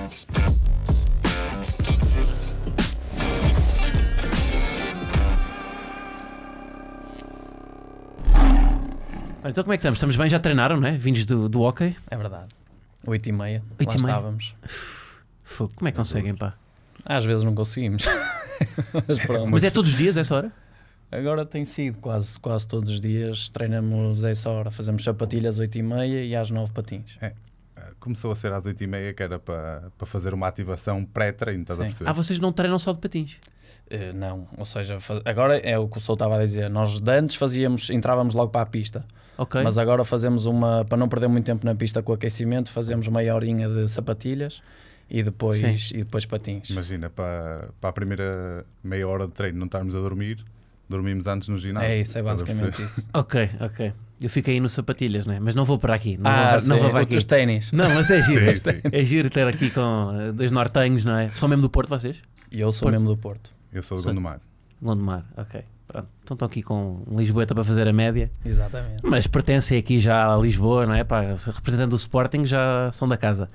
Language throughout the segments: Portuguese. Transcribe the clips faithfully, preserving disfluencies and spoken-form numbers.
Então como é que estamos? Estamos bem? Já treinaram, não é? Vindos do, do hockey? É verdade. oito e meia. oito Lá e meia? estávamos. Fogo, como é que conseguem, pá? Às vezes não conseguimos. Mas, pronto. Mas é todos os dias essa hora? Agora tem sido quase, quase todos os dias. Treinamos a essa hora. Fazemos sapatilhas às oito e meia e às nove patins. É. Começou a ser às oito e meia, que era para, para fazer uma ativação pré-treino, estás a perceber? Ah, vocês não treinam só de patins? Uh, não, ou seja, faz... agora é o que o Sol estava a dizer. Nós de antes fazíamos, entrávamos logo para a pista. Okay. Mas agora fazemos uma, para não perder muito tempo na pista com o aquecimento, fazemos meia horinha de sapatilhas e depois, e depois patins. Imagina, para, para a primeira meia hora de treino não estarmos a dormir, dormimos antes no ginásio. É isso, é basicamente isso. Ok, ok. Eu fico aí no sapatilhas, né? Mas não vou para aqui. Não ah, vou, sim, não vou para aqui. Os ténis. Não, mas é giro. Sim, sim. É giro ter aqui com dois nortenhos, não é? São mesmo do Porto vocês? E eu sou Porto. mesmo do Porto. Eu sou do Sou- Gondomar. Gondomar, ok. Pronto. Então estão aqui com um Lisboeta para fazer a média. Exatamente. Mas pertencem aqui já a Lisboa, não é? Pá, representando o Sporting já são da casa.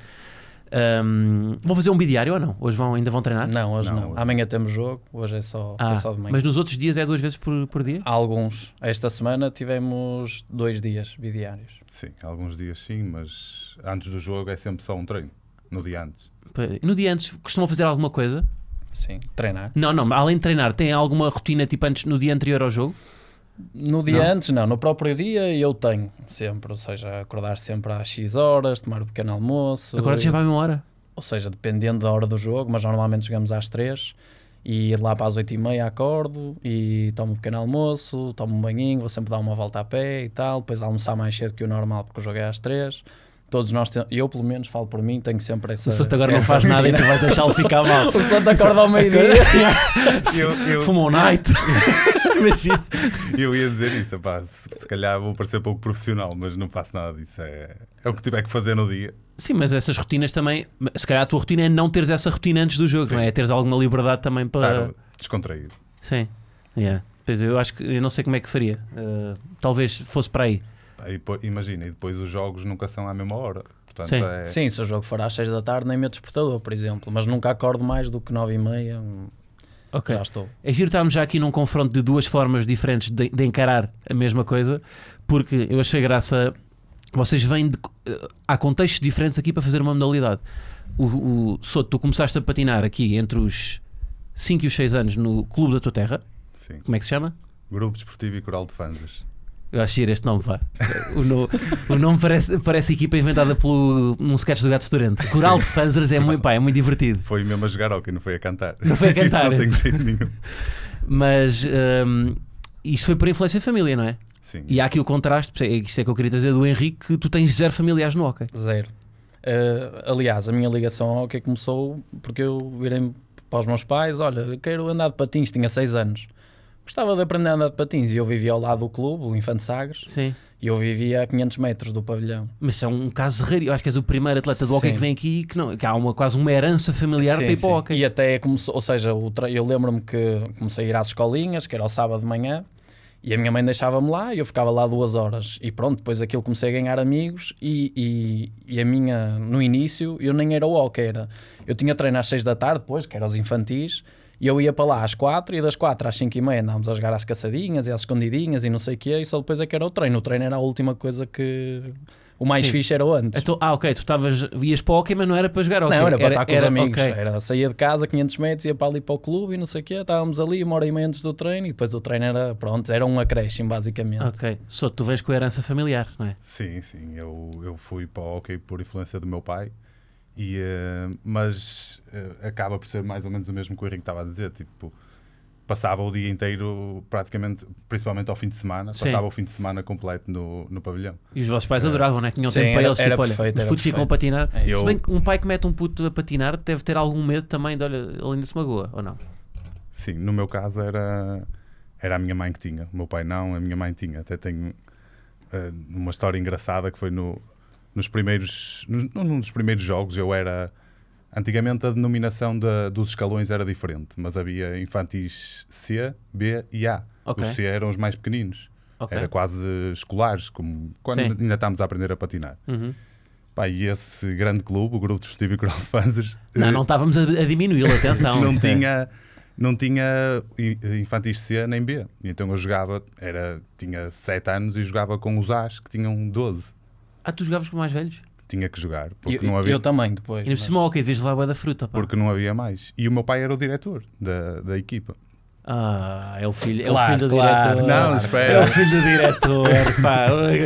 Ahm, vão fazer um bidiário ou não? Hoje vão, ainda vão treinar? Não, hoje Não, não. hoje Amanhã temos jogo, hoje é só, Ah, é só de manhã. mas nos outros dias é duas vezes por, por dia? Há alguns. Esta semana tivemos dois dias bidiários. Sim, alguns dias sim, mas antes do jogo é sempre só um treino, no dia antes. No dia antes costumam fazer alguma coisa? Sim, treinar. Não, não, além de treinar, tem alguma rotina tipo antes, no dia anterior ao jogo? No dia Não? antes, não. No próprio dia eu tenho sempre, ou seja, acordar sempre às X horas, tomar um pequeno almoço. Agora já vai a mesma hora? Ou seja, dependendo da hora do jogo, mas normalmente jogamos às três e lá para as oito e meia acordo e tomo um pequeno almoço, tomo um banhinho, vou sempre dar uma volta a pé e tal, depois almoçar mais cedo que o normal porque o jogo é às três. Todos nós, te... eu pelo menos falo por mim, tenho sempre essa... O Souto agora não essa faz nada e tu rotina. vais deixá-lo ficar mal. O Souto acorda ao meio-dia. Eu, eu, Fuma um night. Imagina. eu ia dizer isso, epá, se, se calhar vou parecer pouco profissional, mas não faço nada disso. É, é o que tiver que fazer no dia. Sim, mas essas rotinas também, se calhar a tua rotina é não teres essa rotina antes do jogo, Sim. não é? É teres alguma liberdade também para... Estar descontraído. Sim, yeah. Pois eu acho que, eu não sei como é que faria. Uh, talvez fosse para aí. Aí, pô, imagina, e depois os jogos nunca são à mesma hora. Portanto, Sim. é, Sim, se o jogo for às seis da tarde nem meto despertador, por exemplo, mas nunca acordo mais do que nove e meia, Ok. já estou. É giro estarmos já aqui num confronto de duas formas diferentes de, de encarar a mesma coisa, porque eu achei graça. Vocês vêm de. Uh, há contextos diferentes aqui para fazer uma modalidade. O, o Souto, tu começaste a patinar aqui entre os cinco e os seis anos no clube da tua terra. sim. Como é que se chama? Grupo Desportivo e Coral de Fanjas. Eu acho giro este nome, vá. O, no, o nome parece, parece equipa inventada pelo, num sketch do Gato Fedorento. Coral de Fanzers é muito, pá, é muito divertido. Foi mesmo a jogar hockey, não foi a cantar. Não foi a cantar. Isso não tem jeito nenhum. Mas um, isto foi por influência de família, não é? Sim. E há aqui o contraste, isto é que eu queria dizer do Henrique, que tu tens zero familiares no hockey. Zero. Uh, aliás, a minha ligação ao hockey começou porque eu virei para os meus pais, olha, eu quero andar de patins, tinha seis anos. Gostava de aprender a andar de patins e eu vivia ao lado do clube, o Infante Sagres, Sim. e eu vivia a quinhentos metros do pavilhão. Mas isso é um caso raro. Eu acho que és o primeiro atleta do hockey Sim. que vem aqui que, não, que há uma, quase uma herança familiar Sim, para ir para o sim. hockey. E até começou, ou seja, o tre... eu lembro-me que comecei a ir às escolinhas, que era ao sábado de manhã, e a minha mãe deixava-me lá e eu ficava lá duas horas. E pronto, depois aquilo comecei a ganhar amigos e, e, e a minha, no início, eu nem era o hockey, era... Eu tinha treino às seis da tarde depois, que era os infantis, e eu ia para lá às quatro e das quatro às cinco e meia andávamos a jogar às caçadinhas e às escondidinhas e não sei o quê, e só depois é que era o treino. O treino era a última coisa que... O mais Sim. fixe era o antes. Então, ah, ok, tu estavas, ias para o hockey, mas não era para jogar hockey. Não, era para estar com os amigos. ok. Era, saía de casa, quinhentos metros, ia para ali para o clube e não sei o quê. Estávamos ali uma hora e meia antes do treino e depois do treino era, pronto, era um acréscimo basicamente. Ok, só tu vens com a herança familiar, não é? Sim, sim. Eu, eu fui para o hockey por influência do meu pai, e, uh, mas uh, acaba por ser mais ou menos o mesmo que o Henrique estava a dizer. Tipo, passava o dia inteiro, praticamente, principalmente ao fim de semana, Sim. passava o fim de semana completo no, no pavilhão. E os vossos pais adoravam, não é? Que tinham Sim, tempo para era- eles, era tipo, olha, perfeito, os era putos ficam a perfeito. patinar. É Se isso. bem que um pai que mete um puto a patinar deve ter algum medo também de, olha, ele ainda se magoa, ou não? Sim, no meu caso era, era a minha mãe que tinha. O meu pai não, a minha mãe tinha. Até tenho uh, uma história engraçada que foi no, nos primeiros, nos, num dos primeiros jogos. Eu era... Antigamente a denominação da, dos escalões era diferente, mas havia infantis C, B e A. Ok. Os C eram os mais pequeninos. Ok. Era quase escolares, como quando Sim. ainda estávamos a aprender a patinar. Uhum. Pá, e esse grande clube, o Grupo Desportivo e Crowdfunders, Não, não estávamos a, a diminuí-lo, atenção. não isto é- tinha, não tinha i- infantis C nem B. E então eu jogava, era, tinha sete anos e jogava com os As que tinham doze. Ah, tu jogavas com mais velhos? Tinha que jogar, porque Eu, não havia, eu também, depois. E no mas- cima, ok, devias levar a boa da fruta, pá. porque não havia mais. E o meu pai era o diretor da, da equipa. Ah, é o filho, Claro, é o filho do claro. diretor. Não, espera. É o filho do diretor, pá.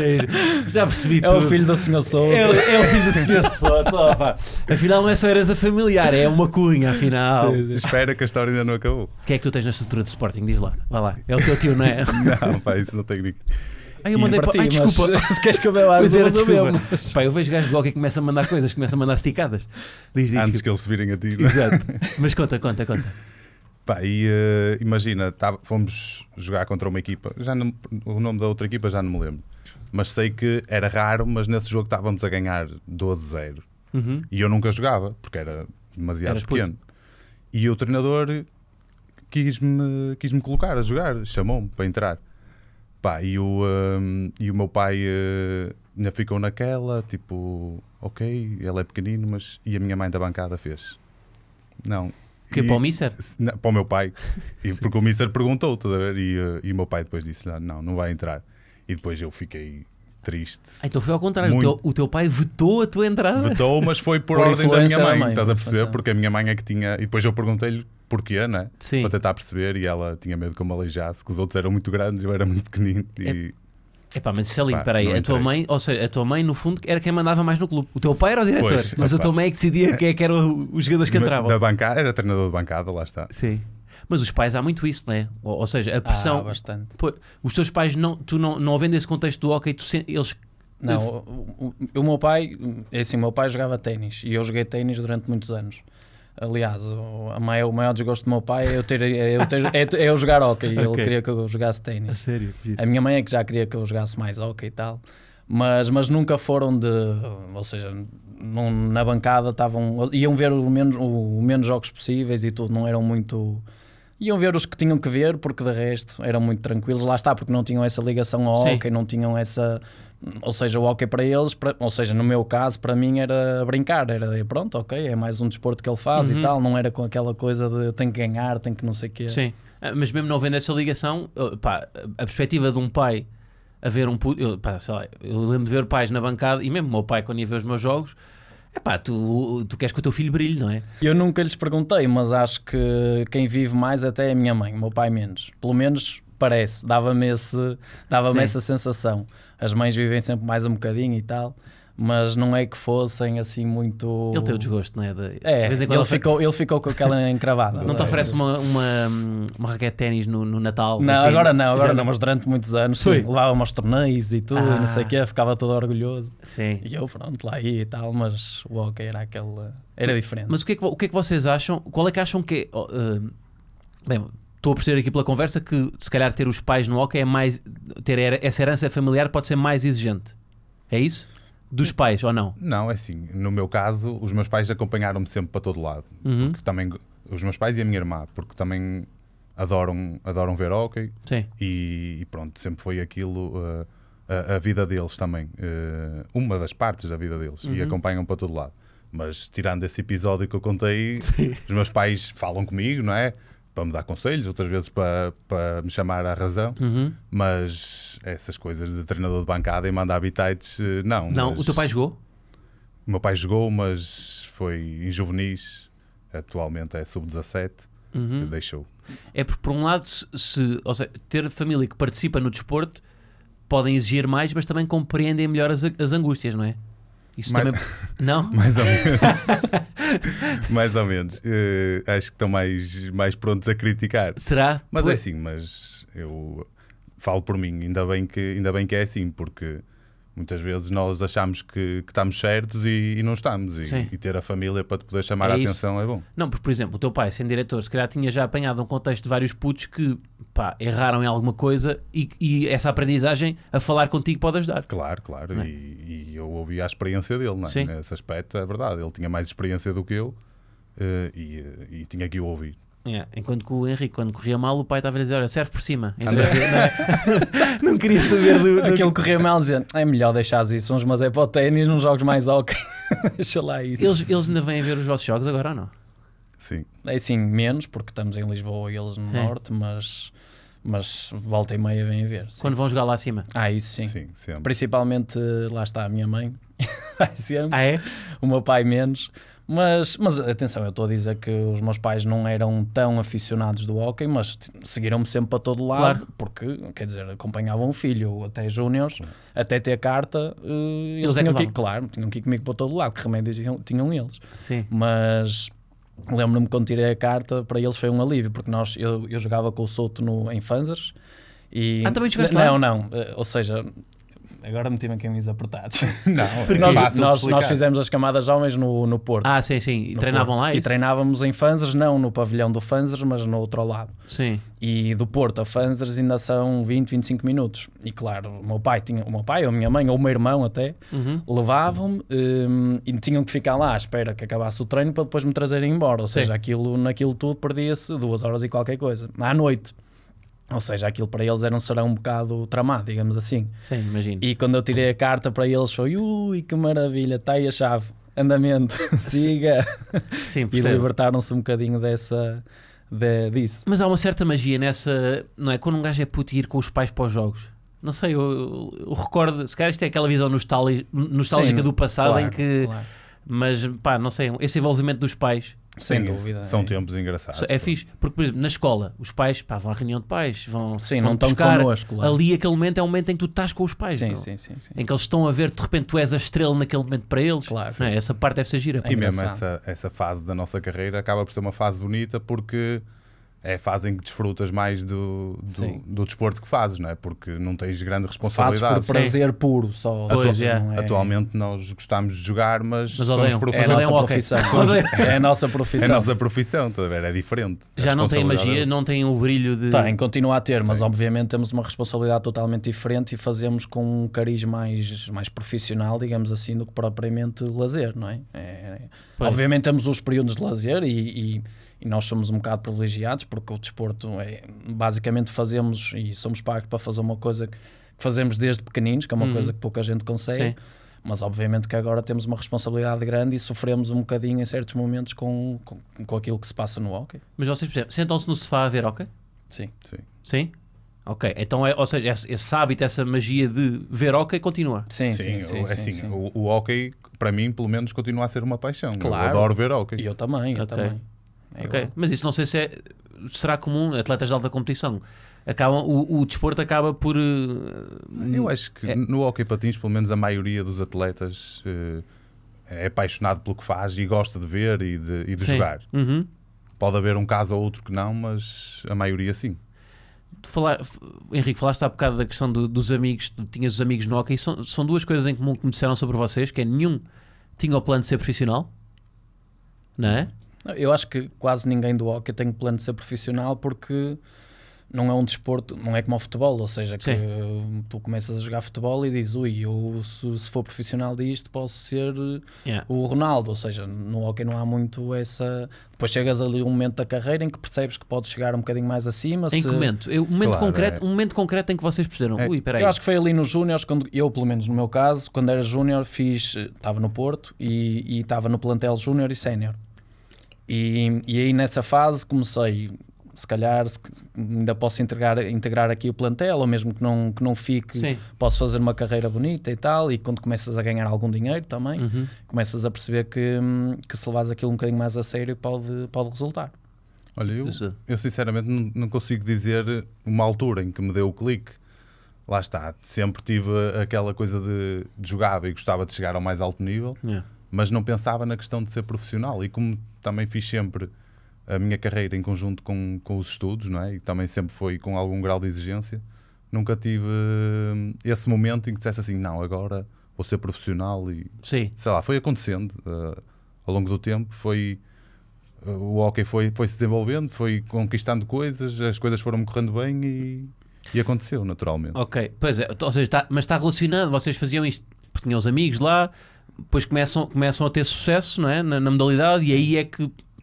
Já percebi É tudo. o filho do senhor Souto. É, o- é o filho do senhor Soto, ó, pá. Afinal não é só herança familiar, é uma cunha, afinal. Espera que a história ainda não acabou. O que é que tu tens na estrutura de Sporting? Diz lá, vai lá. É o teu tio, não é? Não, pá, isso não tem ninguém. Ai, eu E mandei para para... ti, Ai, desculpa. mas se queres que eu beba água, Pois era, eu bebo. desculpa. Pá, eu vejo gajos de hockey que começam a mandar coisas, começam a mandar esticadas. Diz, diz. Antes diz. que eles se virem a ti. não é? Exato. Mas conta, conta, conta. Pá, e eh, imagina, tá- fomos jogar contra uma equipa, já não- o nome da outra equipa já não me lembro, mas sei que era raro, mas nesse jogo estávamos a ganhar doze a zero Uhum. e eu nunca jogava, porque era demasiado Eras puto. pequeno. E o treinador quis-me quis-me colocar a jogar, chamou-me para entrar. Pá, e, o, hum, e o meu pai eh, ainda ficou naquela, tipo, ok, ele é pequenino, mas... E a minha mãe da bancada fez. Não. Que E- para o Mister? Não, para o meu pai. E, porque o Mister perguntou, tá a ver? E, eh, e o meu pai depois disse, não, não, não vai entrar. E depois eu fiquei triste. Ah, então foi ao contrário. O Muito. teu, o teu pai vetou a tua entrada? Vetou, mas foi por, Por ordem da minha influência da mãe, mãe, estás a por perceber? influência. Porque a minha mãe é que tinha... E depois eu perguntei-lhe porquê, né? Sim. Para tentar perceber, e ela tinha medo que eu me aleijasse, que os outros eram muito grandes, eu era muito pequenino. E... Epá, mas isso é lindo, Pá, espera aí. não A tua entrei. mãe, ou seja, a tua mãe no fundo era quem mandava mais no clube. O teu pai era o diretor, Pois, mas a opá. tua mãe é que decidia quem é que eram os jogadores que entravam. Da bancada, era treinador de bancada, lá está. Sim. Mas os pais há muito isso, não é? Ou, ou seja, a Ah, pressão... bastante. Pô, os teus pais, não, tu não, não havendo esse contexto do hockey, tu sen- eles... Não, o, o, o meu pai, é assim, o meu pai jogava ténis e eu joguei ténis durante muitos anos. Aliás, o, a maior, o maior desgosto do meu pai é eu, ter, é eu, ter, é, é eu jogar hockey. Ele Ok. queria que eu jogasse ténis. sério? A minha mãe é que já queria que eu jogasse mais hockey e tal, mas, mas nunca foram de, ou seja, não, na bancada estavam, iam ver o menos, o, o menos jogos possíveis e tudo, não eram muito, iam ver os que tinham que ver, porque de resto eram muito tranquilos, lá está, porque não tinham essa ligação ao Sim. hockey, não tinham essa, ou seja, o hockey para eles, para, ou seja, no meu caso, para mim era brincar, era pronto, ok, é mais um desporto que ele faz Uhum. e tal, não era com aquela coisa de eu tenho que ganhar, tenho que não sei o quê. Sim. Ah, mas mesmo não havendo essa ligação, oh, pá, a perspectiva de um pai a ver um puto... Eu, pá, sei lá, eu lembro de ver pais na bancada, e mesmo o meu pai quando ia ver os meus jogos, é pá, tu, tu queres que o teu filho brilhe, não é? Eu nunca lhes perguntei, mas acho que quem vive mais até é a minha mãe, o meu pai menos. Pelo menos parece, dava-me esse, dava-me Sim. essa sensação. As mães vivem sempre mais um bocadinho e tal, mas não é que fossem assim muito... Ele tem o desgosto, não é? De, É, de vez em quando ele, ele ficou, ele ficou com aquela encravada. Não te oferece uma, uma, uma raquete de ténis no, no Natal? Não, assim? agora não, agora Já não, mas durante muitos anos sim, Foi? levava-me aos torneios e tudo, Ah. não sei o quê, ficava todo orgulhoso. Sim. E eu, pronto, lá ia e tal, mas o hockey era aquele... era diferente. Mas o que, é que, vo- o que é que vocês acham? Qual é que acham que é... oh, uh, bem, estou a perceber aqui pela conversa que se calhar ter os pais no hockey é mais... Ter her- essa herança familiar pode ser mais exigente. É isso? Dos pais, ou não? Não, é assim, no meu caso, os meus pais acompanharam-me sempre para todo lado. Uhum. Porque também, os meus pais e a minha irmã, porque também adoram, adoram ver hóquei Sim. e, e pronto, sempre foi aquilo, uh, a, a vida deles também, uh, uma das partes da vida deles, Uhum. e acompanham para todo lado. Mas tirando esse episódio que eu contei, os meus pais falam comigo, não é? Para me dar conselhos, outras vezes para, para me chamar à razão, Uhum. mas essas coisas de treinador de bancada e mandar habitats, uh, não. Não, mas- o teu pai jogou? o meu pai jogou, mas foi em juvenis, atualmente é sub dezassete, Uhum. deixou. É porque, por um lado, se, se- ou seja, ter família que participa no desporto podem exigir mais, mas também compreendem melhor as, as angústias, não é? Isso Mais- também... Não? Mais ou menos. Mais ou menos. Eh, acho que estão mais, mais prontos a criticar. Será? Mas Pois- é assim, mas eu falo por mim, ainda bem que, ainda bem que é assim, porque muitas vezes nós achamos que, que estamos certos e, e não estamos. E, Sim. e ter a família para te poder chamar É a isso. atenção é bom. Não, porque, por exemplo, o teu pai, sendo diretor, se calhar tinha já apanhado um contexto de vários putos que, pá, erraram em alguma coisa e, e essa aprendizagem a falar contigo pode ajudar. Claro, claro. Não é? E, e eu ouvi a experiência dele, não é? Sim. Nesse aspecto é verdade. Ele tinha mais experiência do que eu eh, e, e tinha que o ouvir. É, enquanto que o Henrique, quando corria mal, o pai estava a dizer: olha, serve por cima. Em Anda. vez de- não, é? Não não queria saber do... do... Aquilo corria mal, dizendo, é melhor deixar isso, mas é para o ténis, nos jogos mais ok. Deixa lá isso. Eles, eles ainda vêm ver os vossos jogos agora ou não? Sim. É assim, menos, porque estamos em Lisboa e eles no Sim. norte, mas, mas volta e meia vêm ver. Sim. Quando vão jogar lá acima? Ah, isso sim. Sim, sempre. Principalmente, lá está a minha mãe, vai sempre, Ah, é? o meu pai menos. Mas, mas atenção, eu estou a dizer que os meus pais não eram tão aficionados do hóquei, mas t- seguiram-me sempre para todo lado, Claro. porque, quer dizer, acompanhavam o filho, até júniores, até ter carta, eh, eles, Eles é que tinham que ir, vão. claro, tinham que ir comigo para todo lado, que remédios tinham, tinham eles. Sim. Mas lembro-me quando tirei a carta, para eles foi um alívio, porque nós, eu, eu jogava com o Souto no, em Fanzers. E, Ah, também jogaste não, lá? não, eh, ou seja, agora meti-me aqui em apertados. Não, Porque é nós, fácil de nós, explicar. nós fizemos as camadas jovens no, no Porto. Ah, sim, sim. E no treinavam Porto. lá E isso? treinávamos em Fanzers, não no pavilhão do Fanzers, mas no outro lado. Sim. E do Porto a Fanzers ainda são vinte, vinte e cinco minutos. E claro, o meu pai, tinha, o meu pai ou a minha mãe, ou o meu irmão até, Uhum. levavam-me hum, e tinham que ficar lá à espera que acabasse o treino para depois me trazerem embora. Ou Sim. seja, aquilo, naquilo tudo perdia-se duas horas e qualquer coisa. À noite. Ou seja, aquilo para eles era um serão um bocado tramado, digamos assim. Sim, imagino. E quando eu tirei a carta para eles foi, ui, que maravilha, está aí a chave, andamento, siga. Sim, E percebo. libertaram-se um bocadinho dessa, de, disso. Mas há uma certa magia nessa, não é? Quando um gajo é puto e ir com os pais para os jogos. Não sei, eu, eu, eu recordo, se calhar isto é aquela visão nostálgica, nostálgica Sim, do passado claro, em que, claro. mas pá, não sei, esse envolvimento dos pais Sem Sim, dúvida. São é. tempos engraçados. é fixe, porque por exemplo, na escola, os pais pá, vão à reunião de pais, vão, Sim, vão não estão buscar, connosco lá. ali aquele momento é um momento em que tu estás com os pais, Sim, não? sim, sim, sim. Em que eles estão a ver, de repente tu és a estrela naquele momento para eles, Claro. não é? Essa parte deve ser gira. É E mesmo engraçado. essa, essa fase da nossa carreira acaba por ser uma fase bonita porque é a fase em que desfrutas mais do, Sim. do, do desporto que fazes, não é? Porque não tens grande Fazes responsabilidade. por prazer puro só. Pois, só, é. não é. Atualmente nós gostamos de jogar, mas, Mas somos odeiam. É a profissionais. Mas nossa odeiam hóquei. profissão. Odeiam. É a nossa É profissão. a nossa profissão, tá a ver? É diferente. A Já não tem responsabilidade magia, é- não tem o brilho de... Tem, continua a ter, mas Tem. obviamente temos uma responsabilidade totalmente diferente e fazemos com um cariz mais, mais profissional, digamos assim, do que propriamente lazer, não é? É- Pois. obviamente temos os períodos de lazer e, e, e nós somos um bocado privilegiados porque o desporto é, basicamente fazemos e somos pagos para fazer uma coisa que fazemos desde pequeninos, que é uma Uhum. coisa que pouca gente consegue. Sim. Mas obviamente que agora temos uma responsabilidade grande e sofremos um bocadinho em certos momentos com, com, com aquilo que se passa no hóquei. Mas vocês, por exemplo, sentam-se no sofá a ver hóquei? Sim. Sim. Sim? Ok, então é, ou seja, esse, esse hábito, essa magia de ver hóquei continua. Sim, Sim, sim, o- sim, é sim, assim, sim. O, o hóquei, para mim, pelo menos, continua a ser uma paixão. Claro. Eu adoro ver hóquei. E eu também, eu Ok. também. É Ok, igual. mas isso não sei se é, será comum, atletas de alta competição. Acabam, o, o desporto acaba por... eh, Eu acho que É. no hóquei patins, pelo menos a maioria dos atletas eh, é apaixonado pelo que faz e gosta de ver e de, e de Sim. jogar. Uhum. Pode haver um caso ou outro que não, mas a maioria sim. Tu falar, f- Henrique, falaste há bocado da questão do- dos amigos, tu tinhas os amigos no hóquei, são, são duas coisas em comum que me disseram sobre vocês, que é nenhum tinha o plano de ser profissional, não é? Eu acho que quase ninguém do hóquei tem plano de ser profissional porque não é um desporto, não é como o futebol, ou seja, que Sim. tu começas a jogar futebol e dizes, ui, eu se, se for profissional disto posso ser Yeah. o Ronaldo, ou seja, no hóquei não há muito essa... Depois chegas ali um momento da carreira em que percebes que podes chegar um bocadinho mais acima. Em se... que momento? Eu, um, momento Claro, concreto, é. um momento concreto em que vocês perceberam, É. ui, peraí, Eu acho que foi ali nos Júniors, quando eu, pelo menos no meu caso, quando era Júnior, fiz, estava no Porto e e estava no plantel Júnior e Sénior. E, e aí nessa fase comecei, se calhar se- ainda posso integrar, integrar aqui o plantel, ou mesmo que não, que não fique, Sim. posso fazer uma carreira bonita e tal, e quando começas a ganhar algum dinheiro também, Uhum. começas a perceber que, hum, que se levares aquilo um bocadinho mais a sério pode, pode resultar. Olha, eu, Isso. eu sinceramente não, não consigo dizer uma altura em que me deu o clique. Lá está, sempre tive aquela coisa de, de jogava e gostava de chegar ao mais alto nível, Yeah. mas não pensava na questão de ser profissional. E como também fiz sempre a minha carreira em conjunto com, com os estudos, não é? E também sempre foi com algum grau de exigência, nunca tive hum, esse momento em que dissesse assim, não, agora vou ser profissional e Sim. sei lá, foi acontecendo uh, ao longo do tempo, foi uh, o hóquei foi, foi se desenvolvendo, foi conquistando coisas, as coisas foram correndo bem e, e aconteceu naturalmente. Ok, pois é, ou seja, tá- mas está relacionado, vocês faziam isto porque tinham os amigos lá, depois começam, começam a ter sucesso, não é? na, na modalidade, e aí é que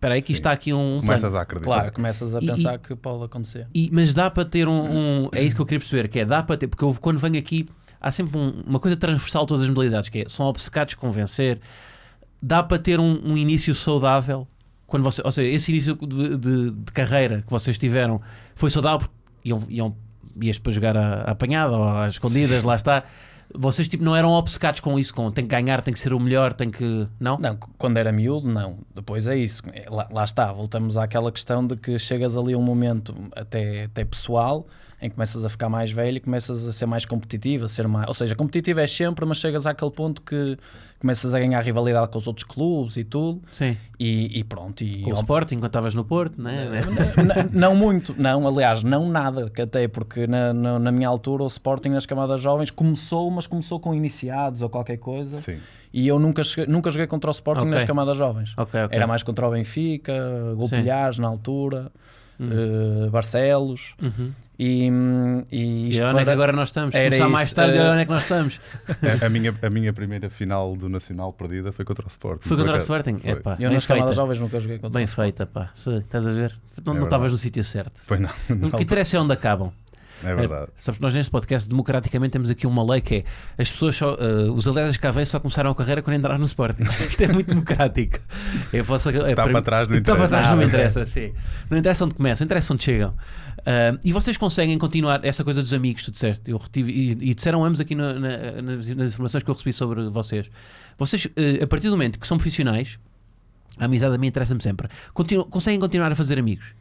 espera aí que Sim. isto está aqui um Começas plano. a acreditar. Claro, começas a E- pensar e- que pode acontecer. E, mas dá para ter um, um- é isso que eu queria perceber, que é, dá para ter, porque eu quando venho aqui há sempre um- uma coisa transversal a todas as modalidades, que é, são obcecados com vencer, dá para ter um, um início saudável, quando você, ou seja, esse início de, de- de carreira que vocês tiveram foi saudável, porque iam, iam, ias para jogar à, à apanhada ou às escondidas, lá está, vocês tipo, não eram obcecados com isso, com tem que ganhar, tem que ser o melhor, tem que... Não? Não, c- quando era miúdo, não. Depois é isso. É, Lá, lá está, voltamos àquela questão de que chegas ali a um momento até, até pessoal em que começas a ficar mais velho e começas a ser mais competitivo, a ser mais... Ou seja, competitivo é sempre, mas chegas àquele ponto que começas a ganhar rivalidade com os outros clubes e tudo, Sim. e, e pronto. E, Com o Sporting, quando estavas no Porto, né? N- não muito, não, aliás, não nada, que até porque na, na, na minha altura o Sporting nas camadas jovens começou, mas começou com iniciados ou qualquer coisa, Sim. e eu nunca, cheguei, nunca joguei contra o Sporting Ok. nas camadas jovens. Ok, ok. Era mais contra o Benfica, Golpilhares na altura, Hum. eh, Barcelos, Uhum. e, e E isto onde é que para- agora nós estamos? era Começar mais isso, tarde, eh, onde é que nós estamos? A, a minha, a minha primeira final do Nacional perdida foi contra o Sporting. Foi contra o Por acaso. Sporting? Foi. Epá, eu bem nas camadas feita. jovens nunca joguei contra Bem o Sporting. feita, pá. Foi, estás a ver? Não É não verdade. estavas no sítio certo. Foi não. O que interessa é onde acabam. É verdade. Sabes que nós neste podcast, democraticamente, temos aqui uma lei que é as pessoas só, eh, os atletas que cá vêm só começaram a carreira quando entraram no Sporting. Isto é muito democrático. É a vossa, é Está para trás, não Está para interessa. trás, não me Ah, interessa. Sim. Não interessa onde começam, interessa onde chegam. Ah, e vocês conseguem continuar essa coisa dos amigos, tu disseste, eu retive, e, e disseram ambos aqui no- na- nas, nas informações que eu recebi sobre vocês. Vocês, eh, a partir do momento que são profissionais, a amizade a mim interessa-me sempre, Continu- conseguem continuar a fazer amigos?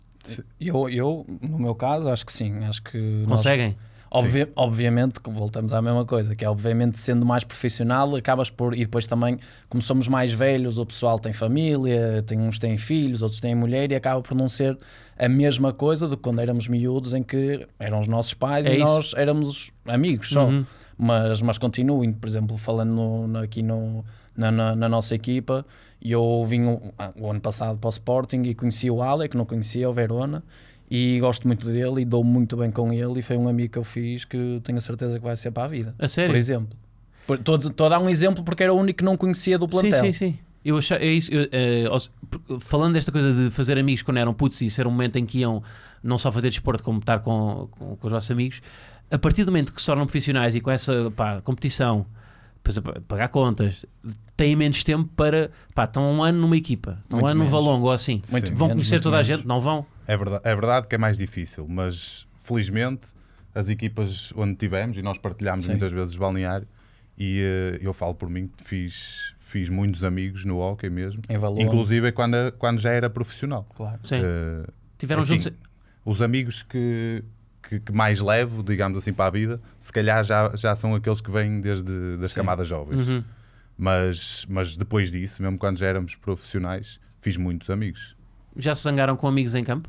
Eu, eu, no meu caso, acho que sim. Acho que nós- Conseguem? Obvi- obviamente, que voltamos à mesma coisa, que é obviamente sendo mais profissional, acabas por, e depois também, como somos mais velhos, o pessoal tem família, tem, uns têm filhos, outros têm mulher, e acaba por não ser a mesma coisa do que quando éramos miúdos, em que eram os nossos pais É e isso. nós éramos amigos só. Uhum. Mas, mas continuo, indo, por exemplo, falando no- no- aqui no, na, na, na nossa equipa, e eu vim o, ah, o ano passado para o Sporting e conheci o Ale, que não conhecia, o Verona, e gosto muito dele e dou muito bem com ele, e foi um amigo que eu fiz que tenho a certeza que vai ser para a vida. A sério? Por exemplo. Por- Estou estou a dar um exemplo porque era o único que não conhecia do plantel. Sim, sim, sim. Eu achei, é isso, eu, eh, ou se- por- falando desta coisa de fazer amigos quando eram putos e ser um momento em que iam não só fazer desporto como estar com, com, com os vossos amigos, a partir do momento que se tornam profissionais e com essa pá, competição, depois a pagar contas, têm menos tempo para, pá, estão um ano numa equipa, estão um Muito ano no menos. Valongo ou assim, Muito vão menos, conhecer muito toda a menos. gente, não vão? É verdade, é verdade que é mais difícil, mas felizmente as equipas onde tivemos, e nós partilhámos Sim. muitas vezes balneário, e eh, eu falo por mim que fiz, fiz muitos amigos no hóquei mesmo, Em valor. inclusive quando, quando já era profissional. Claro. Sim. Eh, Tiveram assim, juntos. os amigos que, que, que mais levo, digamos assim, para a vida, se calhar já, já são aqueles que vêm desde das Sim. camadas jovens. Uhum. Mas, mas depois disso, mesmo quando já éramos profissionais, fiz muitos amigos. Já se zangaram com amigos em campo?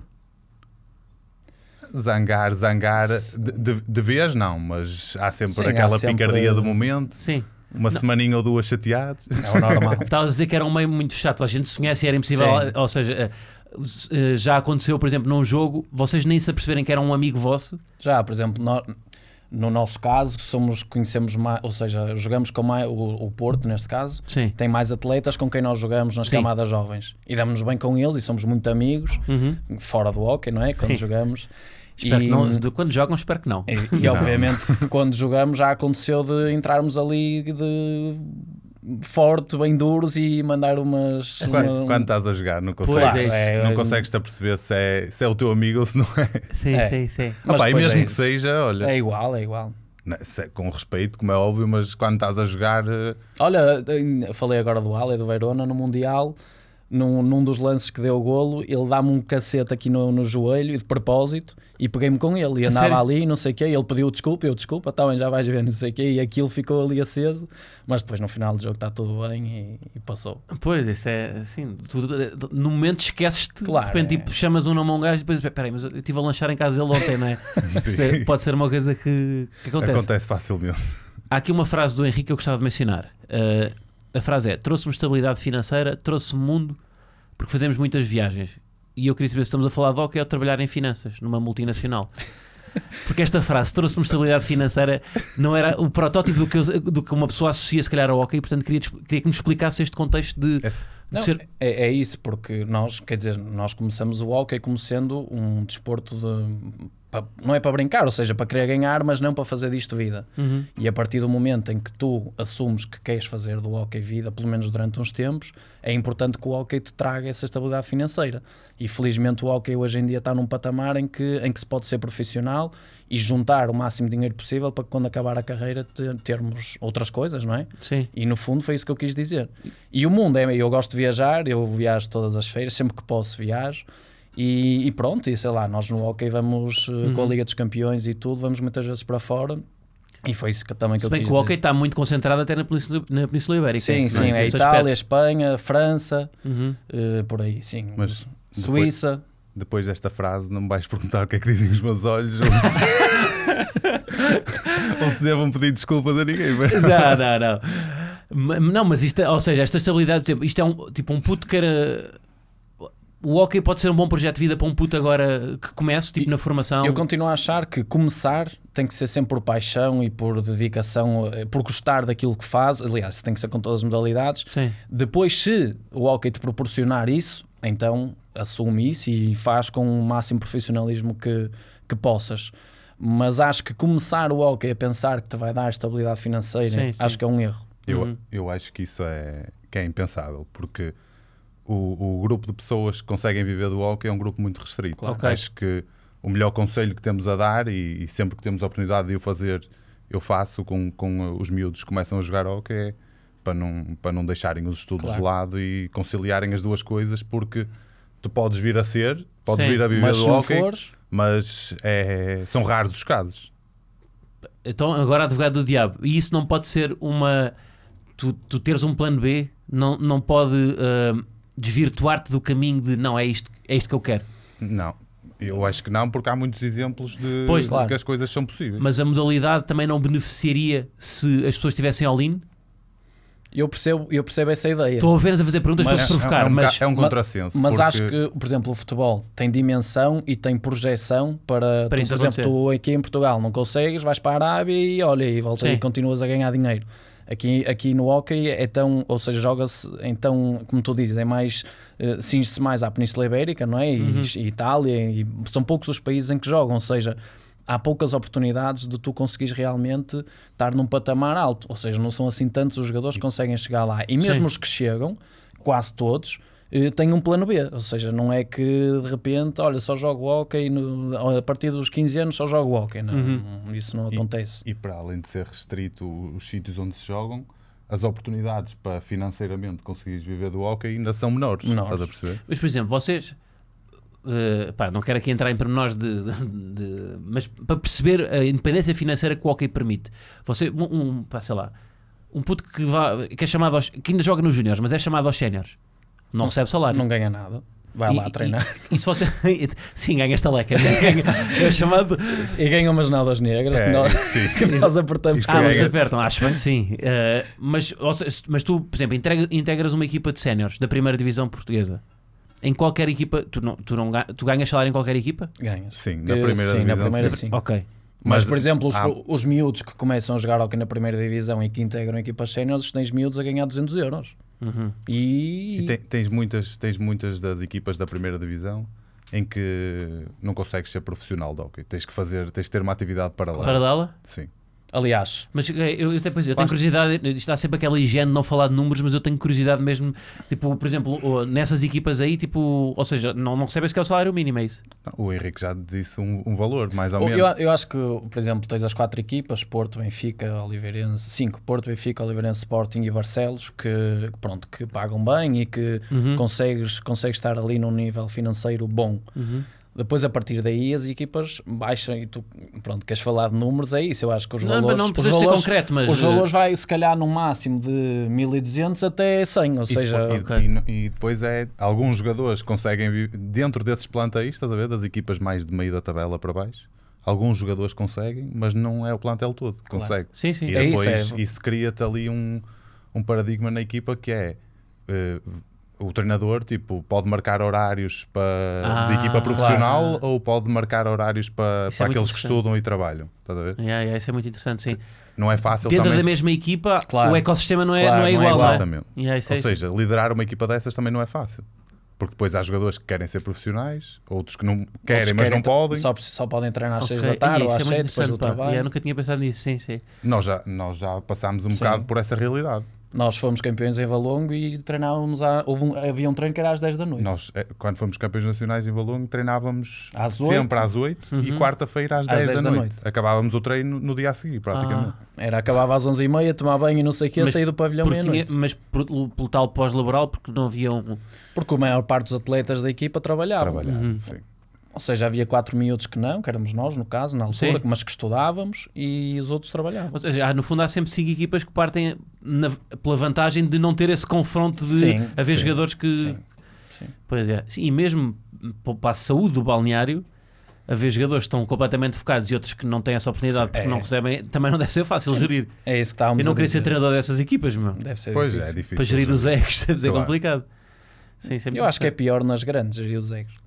Zangar, zangar, de, de, de vez não, mas há sempre Sim, há aquela sempre- picardia do momento, Sim. uma semaninha ou duas chateados. É o normal. Estavas a dizer que era um meio muito chato, a gente se conhece e era impossível, Sim. ou seja, eh, eh, já aconteceu, por exemplo, num jogo, vocês nem se aperceberem que era um amigo vosso. Já, por exemplo, nó- no nosso caso, somos, conhecemos mais, ou seja, jogamos com mais, o, o Porto, neste caso, Sim. tem mais atletas com quem nós jogamos nas Sim. camadas jovens. E damos-nos bem com eles e somos muito amigos, Uhum. fora do hóquei, não é? Quando Sim. jogamos. Espero e, que não, de quando jogam, espero que não. e, e obviamente que quando jogamos já aconteceu de entrarmos ali de forte, bem duros e mandar umas... Quando, uma- quando estás a jogar, não Pois consegues, é, não é, consegues-te a perceber se é, se é o teu amigo ou se não é. Sim, É. sim, sim. Mas Opa, e depois mesmo é que isso. seja, olha, É igual, é igual. não, se- com respeito, como é óbvio, mas quando estás a jogar, eh, Olha, eu falei agora do Ale, do Verona, no Mundial, num, num dos lances que deu o golo, ele dá-me um cacete aqui no, no joelho, e de propósito, e peguei-me com ele, e A andava sério? ali, não sei o quê, ele pediu desculpa, eu desculpa, tá bem, já vais ver, não sei o quê, e aquilo ficou ali aceso, mas depois no final do jogo está tudo bem e, e passou. Pois, isso é assim, tu, no momento esqueces-te, Claro, de repente é. tipo, chamas um nome a um gajo e depois, peraí, mas eu estive a lanchar em casa dele ontem, não é? Isso é- pode ser uma coisa que, que acontece. acontece facilmente. Há aqui uma frase do Henrique que eu gostava de mencionar. Uh, a frase é: trouxe-me estabilidade financeira, trouxe-me mundo, porque fazemos muitas viagens. E eu queria saber se estamos a falar de hockey ou de trabalhar em finanças, numa multinacional. Porque esta frase, trouxe-me estabilidade financeira, não era o protótipo do que, eu- do que uma pessoa associa se calhar ao hockey, e portanto queria, queria que me explicasse este contexto de É, Não, ser... é, é isso, porque nós, quer dizer, nós começamos o hóquei como sendo um desporto de... não é para brincar, ou seja, para querer ganhar, mas não para fazer disto vida. Uhum. E a partir do momento em que tu assumes que queres fazer do hóquei vida, pelo menos durante uns tempos, é importante que o hóquei te traga essa estabilidade financeira. E felizmente o hóquei hoje em dia está num patamar em que, em que se pode ser profissional e juntar o máximo de dinheiro possível para que quando acabar a carreira ter, termos outras coisas, não é? Sim. E no fundo foi isso que eu quis dizer. E o mundo, é, eu gosto de viajar, eu viajo todas as feiras, sempre que posso viajo. E, e pronto, e sei lá, nós no hóquei vamos uhum. com a Liga dos Campeões e tudo, vamos muitas vezes para fora e foi isso que, também que Se eu bem quis que o hóquei dizer. está muito concentrado até na Península, na Península Ibérica. Sim, não sim, é? é Esse Itália, aspecto. Espanha, França, Uhum. uh, por aí, sim. Mas Suíça. Depois, depois desta frase não me vais perguntar o que é que dizem os meus olhos ou se, ou se devam pedir desculpas a ninguém. Mas... Não, não, não. Ma- Não, mas isto, é- ou seja, esta estabilidade, tipo, isto é um, tipo um puto que era... O hóquei pode ser um bom projeto de vida para um puto agora que comece, tipo, E- na formação. Eu continuo a achar que começar tem que ser sempre por paixão e por dedicação, eh, por gostar daquilo que faz. Aliás, isso tem que ser com todas as modalidades. Sim. Depois, se o hóquei te proporcionar isso, então assume isso e faz com o máximo profissionalismo que, que possas. Mas acho que começar o hóquei a pensar que te vai dar estabilidade financeira, Sim, sim. acho que é um erro. Eu, Uhum. eu acho que isso é, que é impensável, porque o, o grupo de pessoas que conseguem viver do hóquei é um grupo muito restrito. Claro. Ok. Acho que o melhor conselho que temos a dar, e, e sempre que temos a oportunidade de o fazer, eu faço com, com os miúdos que começam a jogar hóquei, é para não, para não deixarem os estudos Claro. de lado e conciliarem as duas coisas, porque tu podes vir a ser, podes Sim, vir a viver Mas do se não hóquei, fores, mas é, são raros os casos. Então, agora advogado do diabo. E isso não pode ser uma... Tu, tu teres um plano B, não, não pode uh, desvirtuar-te do caminho de não, é isto, é isto que eu quero. Não, eu acho que não, porque há muitos exemplos de, Pois, de claro. que as coisas são possíveis. Mas a modalidade também não beneficiaria se as pessoas estivessem all-in? eu percebo, eu percebo essa ideia. Estou apenas a fazer perguntas Mas para vos provocar, é, é um, mas... é um mas- contrassenso. Mas porque... acho que, por exemplo, o futebol tem dimensão e tem projeção para, Para tu, isso por exemplo, acontecer. tu aqui em Portugal não consegues, vais para a Arábia e olha, e volta Sim. e continuas a ganhar dinheiro. Aqui, aqui no hóquei é tão, ou seja, joga-se então, como tu dizes, é mais, uh, cinge-se mais à Península Ibérica, não é? E, Uhum. e Itália, e são poucos os países em que jogam, ou seja, há poucas oportunidades de tu conseguires realmente estar num patamar alto, ou seja, não são assim tantos os jogadores que conseguem chegar lá. E mesmo Sim. os que chegam, quase todos, eh, têm um plano B, ou seja, não é que de repente, olha, só jogo hóquei, no- a partir dos quinze anos só jogo hóquei, não, Uhum. não, isso não E- acontece. E para além de ser restrito os sítios onde se jogam, as oportunidades para financeiramente conseguires viver do hóquei ainda são menores. Menores. Estás a perceber? Mas, por exemplo, vocês... uh, pá, não quero aqui entrar em pormenores de, de, de- mas para perceber a independência financeira que o hóquei permite. Você, um, um, pá, sei lá, um puto que, vá, que é chamado aos, que ainda joga nos júniores, mas é chamado aos séniores, não, recebe salário. Não ganha nada, vai E- lá treinar. E, e se você... Sim, ganha esta leca. Ganha, é chamado... E, ganha umas náuas negras É, que nós, sim, sim. que nós apertamos. Isso Ah, é- mas apertam, acho bem que sim. Uh, mas, ou seja, mas tu, por exemplo, integra- integras uma equipa de séniores da primeira divisão portuguesa. Em qualquer equipa, tu, não, tu, não, ga- tu ganhas salário em qualquer equipa? Ganhas. Sim, na Eh, primeira sim, na divisão. primeira sim. sim. Ok. Mas, Mas por exemplo, os, há- os miúdos que começam a jogar hóquei na primeira divisão e que integram equipas séniores, tens miúdos a ganhar duzentos euros. Uhum. E, E tem- tens, muitas, tens muitas das equipas da primeira divisão em que não consegues ser profissional de hóquei. Tens que fazer, tens que ter uma atividade paralela. Paradela? Sim. aliás, Mas eh, eu, eu, depois, eu tenho Basta- curiosidade, isto há sempre aquela higiene de não falar de números, mas eu tenho curiosidade mesmo, tipo, por exemplo, o- nessas equipas aí, tipo, ou seja, não, não recebes que é o salário mínimo, é isso? Não, o Henrique já disse um, um valor, mais ou eu, menos. eu acho que, por exemplo, tens as quatro equipas, Porto, Benfica, Oliveirense, cinco, Porto, Benfica, Oliveirense, Sporting e Barcelos, que, pronto, que pagam bem e que Uhum. consegues, consegues estar ali num nível financeiro bom. Uhum. Depois, a partir daí, as equipas baixam e tu, pronto, queres falar de números, é isso. Eu acho que os Não, valores... mas não os precisa ser valores, concreto, mas... os eh, valores vai, se calhar, no máximo de mil e duzentos até cem, ou E seja... depois- ok. e, e- e depois é alguns jogadores conseguem vi- dentro desses plantéis, estás a ver, das equipas mais de meio da tabela para baixo, alguns jogadores conseguem, mas não é o plantel todo que Claro. consegue. Sim, sim. E É isso, depois é. isso cria-te ali um, um paradigma na equipa que é uh, o treinador tipo, pode marcar horários para, Ah, de equipa profissional claro. ou pode marcar horários para, Isso é para muito aqueles que interessante. estudam e trabalham. Estás a ver? Yeah, yeah, isso é muito interessante, sim. Não é fácil Dentro também. da mesma equipa, Claro. o ecossistema não é, Claro, não é não é igual. igual. não é? Exatamente. Yeah, isso é Ou isso. seja, liderar uma equipa dessas também não é fácil. Porque depois há jogadores que querem ser profissionais, outros que não querem, Outros mas não querem- podem. Só, só podem treinar às Ok. seis da tarde Yeah, ou isso às é muito sete depois do interessante, pá. trabalho. Yeah, nunca tinha pensado nisso, sim, sim. Nós, já, nós já passámos um Sim. bocado por essa realidade. Nós fomos campeões em Valongo e treinávamos à, houve um, havia um treino que era às dez da noite. Nós, eh, quando fomos campeões nacionais em Valongo, treinávamos Às oito. sempre às oito e Uhum. quarta-feira às, Às dez dez da da noite. noite. Acabávamos o treino no dia a seguir, praticamente. Ah, Era, acabava às onze e meia, tomar banho e não sei o quê, Mas sair do pavilhão porque tinha, meia-noite. mas por- pelo tal pós-laboral, porque não havia um. Porque a maior parte dos atletas da equipa trabalhavam. Trabalhar, Uhum. sim. Ou seja, havia quatro miúdos que não, que éramos nós, no caso, na altura, Sim. mas que estudávamos e os outros trabalhavam. Ou seja, há, no fundo há sempre cinco equipas que partem na- pela vantagem de não ter esse confronto de Sim, haver sim, jogadores que. sim, sim. Pois é. Sim, e mesmo p- para a saúde do balneário, haver jogadores que estão completamente focados e outros que não têm essa oportunidade porque É. não recebem, também não deve ser fácil Sim. gerir. É isso que estávamos Eu não a queria ser dizer. treinador dessas equipas, meu. Deve ser Pois difícil. é, é difícil. Para gerir os gerir. egos deve ser Claro. complicado. Sim, isso é muito Eu acho que é interessante. pior nas grandes, gerir os egos.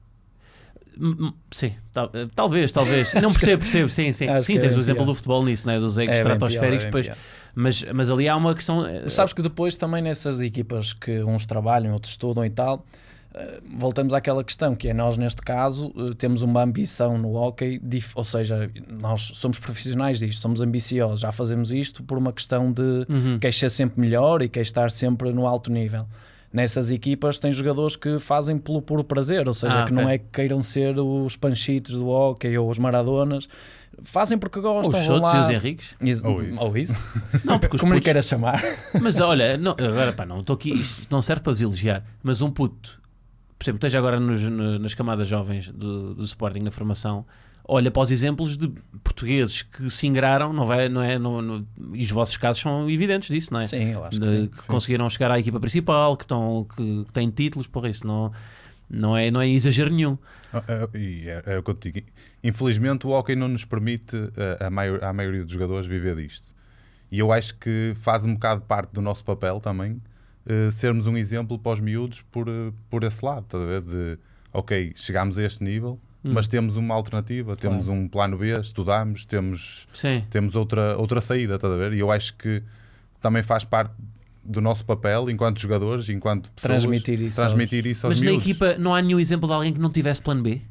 Hum, hum, Sim, tal- eh, talvez, talvez. Não percebo, percebo, sim, sim. Acho Sim, que tens é o exemplo pior. do futebol nisso, né? Dos egos É bem estratosféricos, pior, é bem depois, pior. mas, mas ali há uma questão. eh, Mas sabes que depois também nessas equipas que uns trabalham, outros estudam e tal, eh, voltamos àquela questão que é nós neste caso eh, temos uma ambição no hóquei, dif- ou seja, nós somos profissionais disto, somos ambiciosos, já fazemos isto por uma questão de Uhum. queres ser sempre melhor e queres estar sempre no alto nível. Nessas equipas tem jogadores que fazem pelo puro prazer, ou seja, Ah, que ok. não é que queiram ser os panchitos do hóquei ou os maradonas, fazem porque gostam, Os vão Sotos lá. e os Henriques? Isso- Ou isso. ou isso. Não, porque os Como lhe putos- queiras chamar. Mas olha, não, agora pá, não estou aqui, isto não serve para os elogiar, mas um puto, por exemplo, esteja agora nos- no- nas camadas jovens do, do Sporting na formação, olha para os exemplos de portugueses que se ingraram, não vai, não é, não, não- e os vossos casos são evidentes disso, não é? Sim, eu acho que De- sim. que conseguiram chegar à equipa principal, que, estão, que, que têm títulos, por isso não, não, é, não é exagero nenhum. Ah, ah, E é, é o que eu te digo. Infelizmente o hóquei não nos permite, ah, a, maior, a maioria dos jogadores, viver disto. E eu acho que faz um bocado parte do nosso papel também ah, sermos um exemplo para os miúdos por, ah, por esse lado, estás a ver? De, ok, chegámos a este nível, Hum. mas temos uma alternativa, temos um plano B, estudamos, temos, Sim. temos outra, outra saída, estás a ver? E eu acho que também faz parte do nosso papel, enquanto jogadores, enquanto pessoas, Transmitir isso transmitir isso aos Mas na miúdos. equipa não há nenhum exemplo de alguém que não tivesse plano B?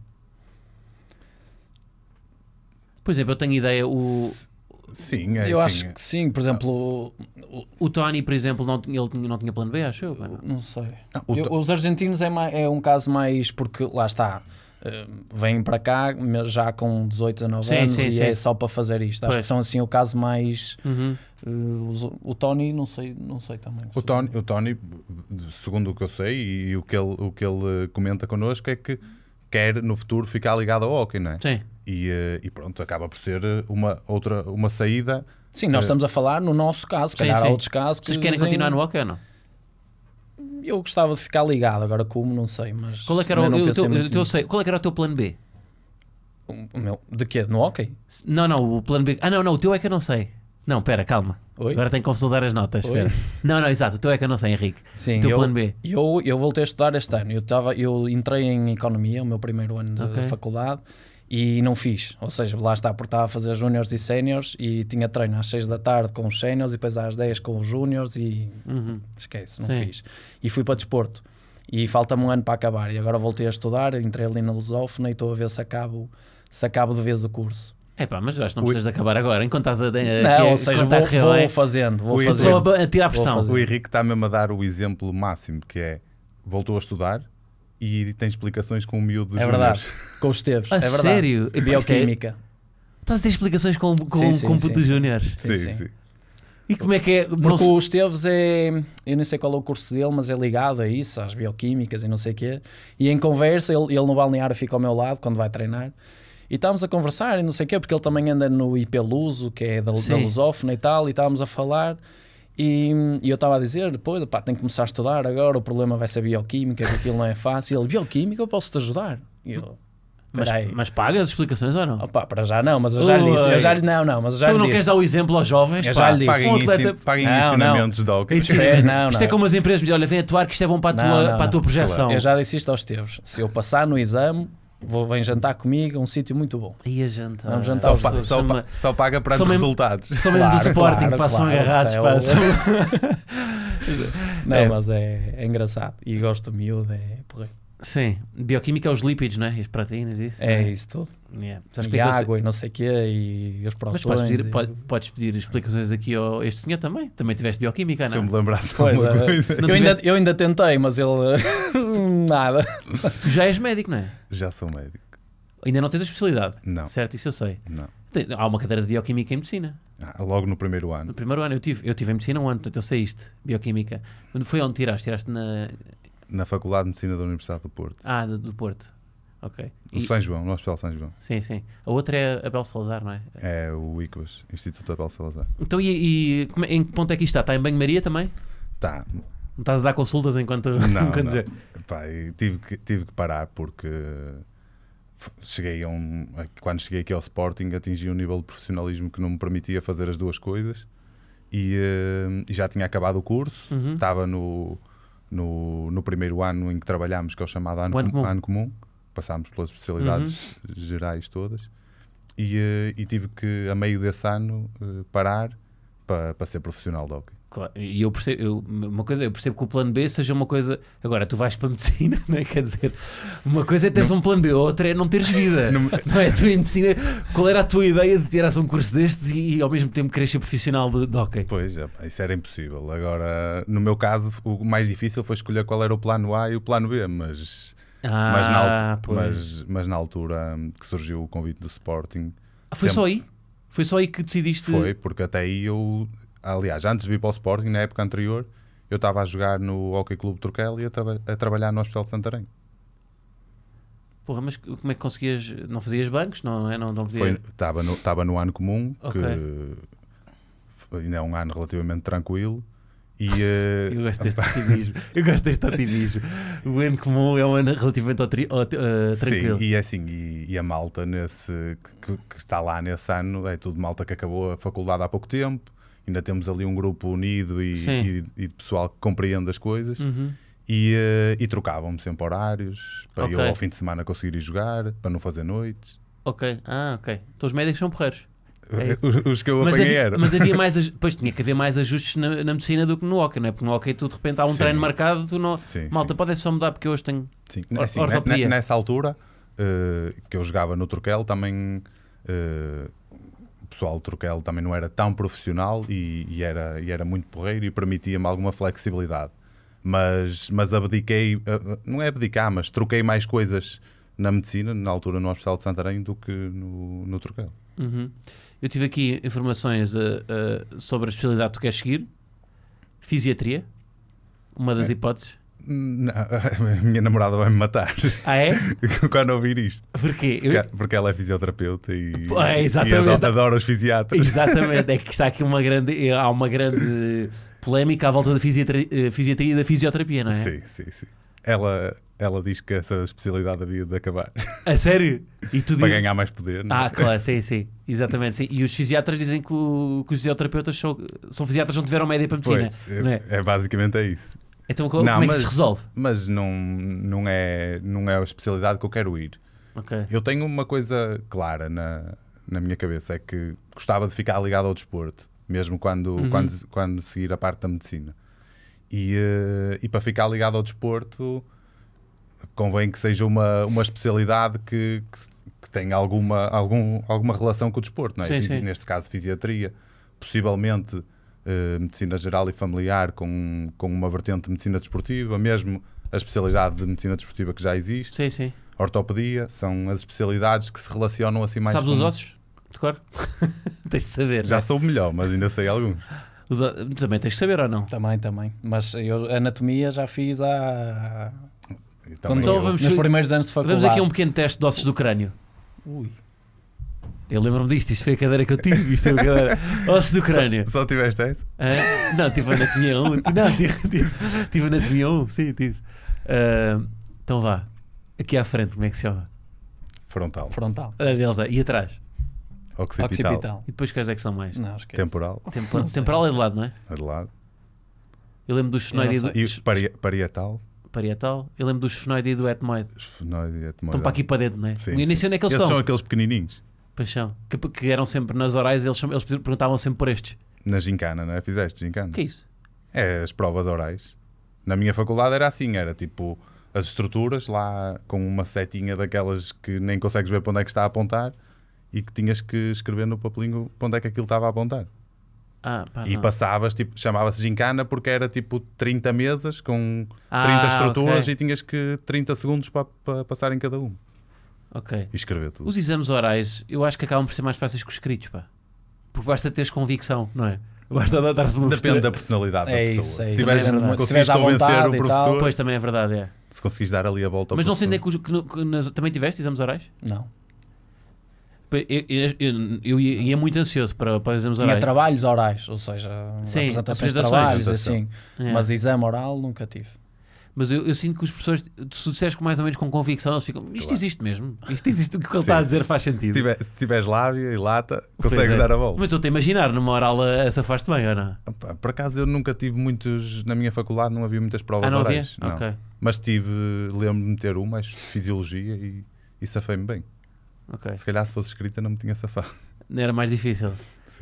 Por exemplo, eu tenho ideia, o, Sim, é Eu assim, acho que sim, por exemplo, o- o- o Tony, por exemplo, não, tinha- ele tinha- não tinha plano B, acho eu. pá, não. não sei. Ah, o Eu- to- os argentinos é, mai- é um caso mais porque lá está, eh, vêm para cá mas já com dezoito, dezenove Sim, anos sim, e sim. é só para fazer isto. Acho Pois. que são assim o caso mais. Uhum. eh, os- o Tony, não sei, não sei também. não O sei. Tony, o Tony, segundo o que eu sei e, o que ele, o que ele comenta connosco, é que quer no futuro ficar ligado ao hóquei, não é? Sim. E, eh, e pronto, acaba por ser uma, outra, uma saída. Sim, nós Eh, estamos a falar no nosso caso, se Sim, calhar há sim. outros casos que Vocês querem dizem- continuar no hockey ou não? Eu gostava de ficar ligado, agora como, não sei, mas Qual é que era o, também não eu- pensei eu- muito eu nisso. sei, qual é que era o teu plano B? O- o meu- de quê? No hockey? Não, não, o plano B. Ah, não, não, o teu é que eu não sei. Não, pera, calma. Oi? Agora tenho que consultar as notas. Oi? Espera. Não, não, exato, o teu é que eu não sei, Henrique. Sim, O teu eu, plano B. Eu, eu voltei a estudar este ano. Eu, tava, eu entrei em Economia, o meu primeiro ano de Ok. faculdade, e não fiz. Ou seja, lá está, porque estava a fazer júniores e séniores e tinha treino às seis da tarde com os séniores e depois às dez com os júniores e Uhum. esquece, não Sim. fiz. E fui para desporto. E falta-me um ano para acabar. E agora voltei a estudar, entrei ali na Lusófona e estou a ver se acabo, se acabo de vez o curso. É pá, mas eu acho que não Ui. precisas de acabar agora. Enquanto estás a. a não, aqui a ou seja, contar vou, a correr vou bem, fazendo, vou Ui, fazendo. só a, a tirar a Vou pressão. fazer. O Henrique está mesmo a dar o exemplo máximo, que é voltou a estudar e tem explicações com o miúdo dos É verdade. júniores. Com os Esteves, A é verdade. sério? Epá, isto é- Bioquímica. Estás a ter explicações com, com, Sim, sim, com sim, putos sim. júniores. Sim, Sim, sim. sim. E como é que é? Não Porque se- o Esteves é, eu nem sei qual é o curso dele, mas é ligado a isso, às bioquímicas e não sei o quê. E em conversa, ele, ele no balneário fica ao meu lado quando vai treinar. E estávamos a conversar e não sei o quê, porque ele também anda no I P Luso, que é da, da Sim. Lusófona e tal, e estávamos a falar. E, e eu estava a dizer, depois, pá, tenho que começar a estudar agora, o problema vai ser bioquímica, que aquilo não é fácil. Ele, bioquímica, eu posso-te ajudar. E eu, Mas, Peraí. mas paga as explicações ou não? Opa, para já não, mas eu já lhe disse. Eu já lhe, não, não, mas eu já Tu lhe não disse. queres dar o exemplo aos jovens? Eu Pá, já lhe disse. Paguem, um atleta... ensin- paguem Não, ensinamentos de hockey. Isso, É, não, isto não. é como as empresas me dizem, olha, vem atuar que isto é bom para a tua, Não, não, para a tua não. projeção. Eu já disse isto aos teus. Se eu passar no exame, vou, vem jantar comigo a um sítio muito bom. Ia jantar. Vamos jantar Só, aos pa- dois. só, São pa- uma- só paga para são os mesmo- resultados. São mesmo Claro, do Sporting, claro, passam claro, agarrados. isto é Passam... Não, É. mas é, é engraçado. E gosto do miúdo, é porreiro. Sim, bioquímica é os lípidos, não é? E as proteínas, isso? É não isso tudo. Yeah. Sabes E porque é que eu sei- água e não sei o quê, e os Mas prótons. podes pedir, e- pode- podes pedir explicações aqui ao este senhor também. Também tiveste bioquímica, Se eu não? me lembrasse Pois, alguma é. coisa. Não eu, ainda, tiveste- eu ainda tentei, mas ele. Nada. Tu já és médico, não é? Já sou médico. Ainda não tens a especialidade. Não, Certo, isso eu sei. não. Tem- Há uma cadeira de bioquímica em medicina. Ah, logo no primeiro No ano. primeiro ano eu tive. Eu tive em medicina um ano, portanto eu sei isto. Bioquímica. Quando foi onde tiraste? Tiraste na. Na Faculdade de Medicina da Universidade do Porto. Ah, do, do Porto. Ok. No E- São João, no Hospital São João. Sim, sim. A outra é a Abel Salazar, não é? É o I C B A S, Instituto Abel Salazar. Então e, e como é- em que ponto é que isto está? Está em banho-maria também? Tá. Não estás a dar consultas enquanto. Não, enquanto não. já- Pá, e tive, que, tive que parar porque f- cheguei a um. Quando cheguei aqui ao Sporting, atingi um nível de profissionalismo que não me permitia fazer as duas coisas e, eh, e já tinha acabado o curso. Uhum. Estava no, no, no primeiro ano em que trabalhámos, que é o chamado ano, O ano com- comum. ano comum. Passámos pelas especialidades gerais todas e, eh, e tive que, a meio desse ano, eh, parar para para ser profissional de hockey. Claro, e eu percebo, eu, uma coisa, eu percebo que o plano B seja uma coisa. Agora, tu vais para a medicina, não é? Quer dizer, uma coisa é teres um plano B, outra é não teres vida. Não- Não é? Tu em medicina, qual era a tua ideia de tirares um curso destes e, e ao mesmo tempo querer ser profissional de, de hockey? Pois, é, pá, isso era impossível. Agora, no meu caso, o mais difícil foi escolher qual era o plano A e o plano B, mas, Ah, mas, na, altu- pois. mas, mas na altura hum, que surgiu o convite do Sporting, Ah, foi sempre- só aí? Foi só aí que decidiste? foi, porque até aí eu, aliás, antes de vir para o Sporting, na época anterior, eu estava a jogar no Hockey Clube Turquel e a, traba- a trabalhar no Hospital de Santarém. Porra, mas como é que conseguias? Não fazias bancos? Não, é? Não, não podia... Foi- Estava no, estava no ano comum, Ok. que foi- ainda é um ano relativamente tranquilo. E, eh, Eu gosto deste ativismo. Eu gosto deste ativismo. O ano comum é um ano relativamente ao tri- ao- uh, tranquilo. Sim, e é assim, e, e a malta nesse, que, que está lá nesse ano é tudo malta que acabou a faculdade há pouco tempo. Ainda temos ali um grupo unido e, Sim. e, e de pessoal que compreende as coisas. Uhum. E, eh, e trocavam-me sempre horários para Ok. eu ao fim de semana conseguir ir jogar, para não fazer noites. Ok, ah, ok. Então os médicos são porreiros. É isso. os, os que eu Mas apanhei havia, eram. mas havia mais, aj- pois tinha que haver mais ajustes na, na medicina do que no hockey, não é? Porque no hockey tu de repente há um Sim. treino marcado, tu não. Sim, Malta, sim. pode só mudar porque hoje tenho. Sim. Or- Assim, ne- ortopedia. ne- nessa altura eh, que eu jogava no Turquel também eh, o pessoal do Turquel também não era tão profissional e, e era, e era muito porreiro e permitia-me alguma flexibilidade, mas, mas abdiquei, eh, não é abdicar, mas troquei mais coisas na medicina, na altura no Hospital de Santarém, do que no, no Turquel. Uhum. Eu tive aqui informações uh, uh, sobre a especialidade que tu queres seguir. Fisiatria, uma das É. hipóteses. Não, a minha namorada vai-me matar Ah, é? quando ouvir isto. Porquê? Eu- Porque- Porque ela é fisioterapeuta e, Pô, é, e exatamente. adora, adora os fisiatras. Exatamente, é que está aqui uma grande. Há uma grande polémica à volta da fisiatria, eh, fisiatria e da fisioterapia, não é? Sim, sim, sim. Ela, ela diz que essa especialidade havia de acabar A sério? E tu para dizes. ganhar mais poder. não é? Ah, claro, sim, sim, exatamente. Sim. E os fisiatras dizem que, o- que os fisioterapeutas são, são fisiatras que não tiveram média para medicina. Pois, Não é? é, é basicamente é isso. Então co- como é que isso se resolve? Mas não, não, é, não é a especialidade que eu quero ir. Ok. Eu tenho uma coisa clara na, na minha cabeça, é que gostava de ficar ligado ao desporto, mesmo quando, Uhum. quando, quando seguir a parte da medicina. E, eh, e para ficar ligado ao desporto, convém que seja uma, uma especialidade que, que, que tenha alguma, algum, alguma relação com o desporto, não é? Sim, Fisi- sim. Neste caso, fisiatria, possivelmente eh, medicina geral e familiar com, com uma vertente de medicina desportiva, mesmo a especialidade de medicina desportiva que já existe. Sim, sim. Ortopedia, são as especialidades que se relacionam assim mais Sabes com... os ossos? De cor? Tens de saber. Já não é? sou melhor, mas ainda sei alguns. Os o- Também tens de saber ou não? Também, também. Mas eu anatomia já fiz há... E também Quando, Então eu- vamos- nos primeiros anos de faculdade. Vamos aqui a um pequeno teste de ossos do crânio. Ui. Eu lembro-me disto, isto foi a cadeira que eu tive. Isto foi a cadeira. Ossos do crânio. Só, só tiveste essa? Ah, não, tive anatomia um. Não, tive, tive, tive anatomia um, sim, tive. Ah, então vá. Aqui à frente, como é que se chama? Frontal. Frontal. A delta. E atrás? Occipital. Occipital. E depois quais é que são mais? Não, esquece. Temporal. Tempor- Não sei, temporal não é de lado, não é? É de lado. Eu lembro do esfenoide e Eu não do... E o pari- parietal. parietal. Eu lembro do esfenoide e do etmoide. Esfenoide e etmoidal. Estão para aqui para dentro, não é? Sim, Eu nem sim. sei onde é que eles Esses estão. são aqueles pequenininhos. Paixão. Que, que eram sempre nas orais, eles, cham- eles perguntavam sempre por estes. Na gincana, não é? Fizeste gincana? O que é isso? É as provas de orais. Na minha faculdade era assim, era tipo as estruturas lá com uma setinha daquelas que nem consegues ver para onde é que está a apontar e que tinhas que escrever no papelinho para onde é que aquilo estava a apontar. Ah, pá, e não. passavas, tipo, chamava-se gincana porque era tipo trinta mesas com Ah, trinta estruturas ok. e tinhas que trinta segundos para, para passar em cada uma. Ok. E escrever tudo. Os exames orais, eu acho que acabam por ser mais fáceis que os escritos, pá. Porque basta teres convicção, não é? Basta dar-se uma Depende postura. da personalidade É da isso, pessoa. é se isso. tiveres, Também é se verdade. Se conseguires tiveres à convencer vontade o e tal. professor, Pois, também é verdade, é. se conseguires dar ali a volta ao Mas não sei professor. onde é que, os- que, que nas- também tiveste exames orais? Não. Eu, eu, eu- eu ia, ia muito ansioso para, para os exames Tinha orais. trabalhos orais, ou seja, Sim, apresentações de apresentações. trabalhos, Apresentação. assim. É. Mas exame oral nunca tive. Mas eu, eu sinto que os professores, se tu disseres com mais ou menos com convicção, eles ficam, isto Claro. existe mesmo. Isto existe, o que ele Sim. está a dizer faz Se, sentido. tiver, se tiveres lábia e lata, Pois consegues é. dar a volta. Mas estou-te a imaginar, numa oral essa faz-te bem, ou não? Opa, por acaso eu nunca tive muitos, na minha faculdade não havia muitas provas Ah, não havia? orais. Não. Ok, Mas tive, lembro-me de ter uma, acho, de fisiologia e, e safei-me bem. ok. Se calhar se fosse escrita não me tinha safado. Não era mais difícil. Sim.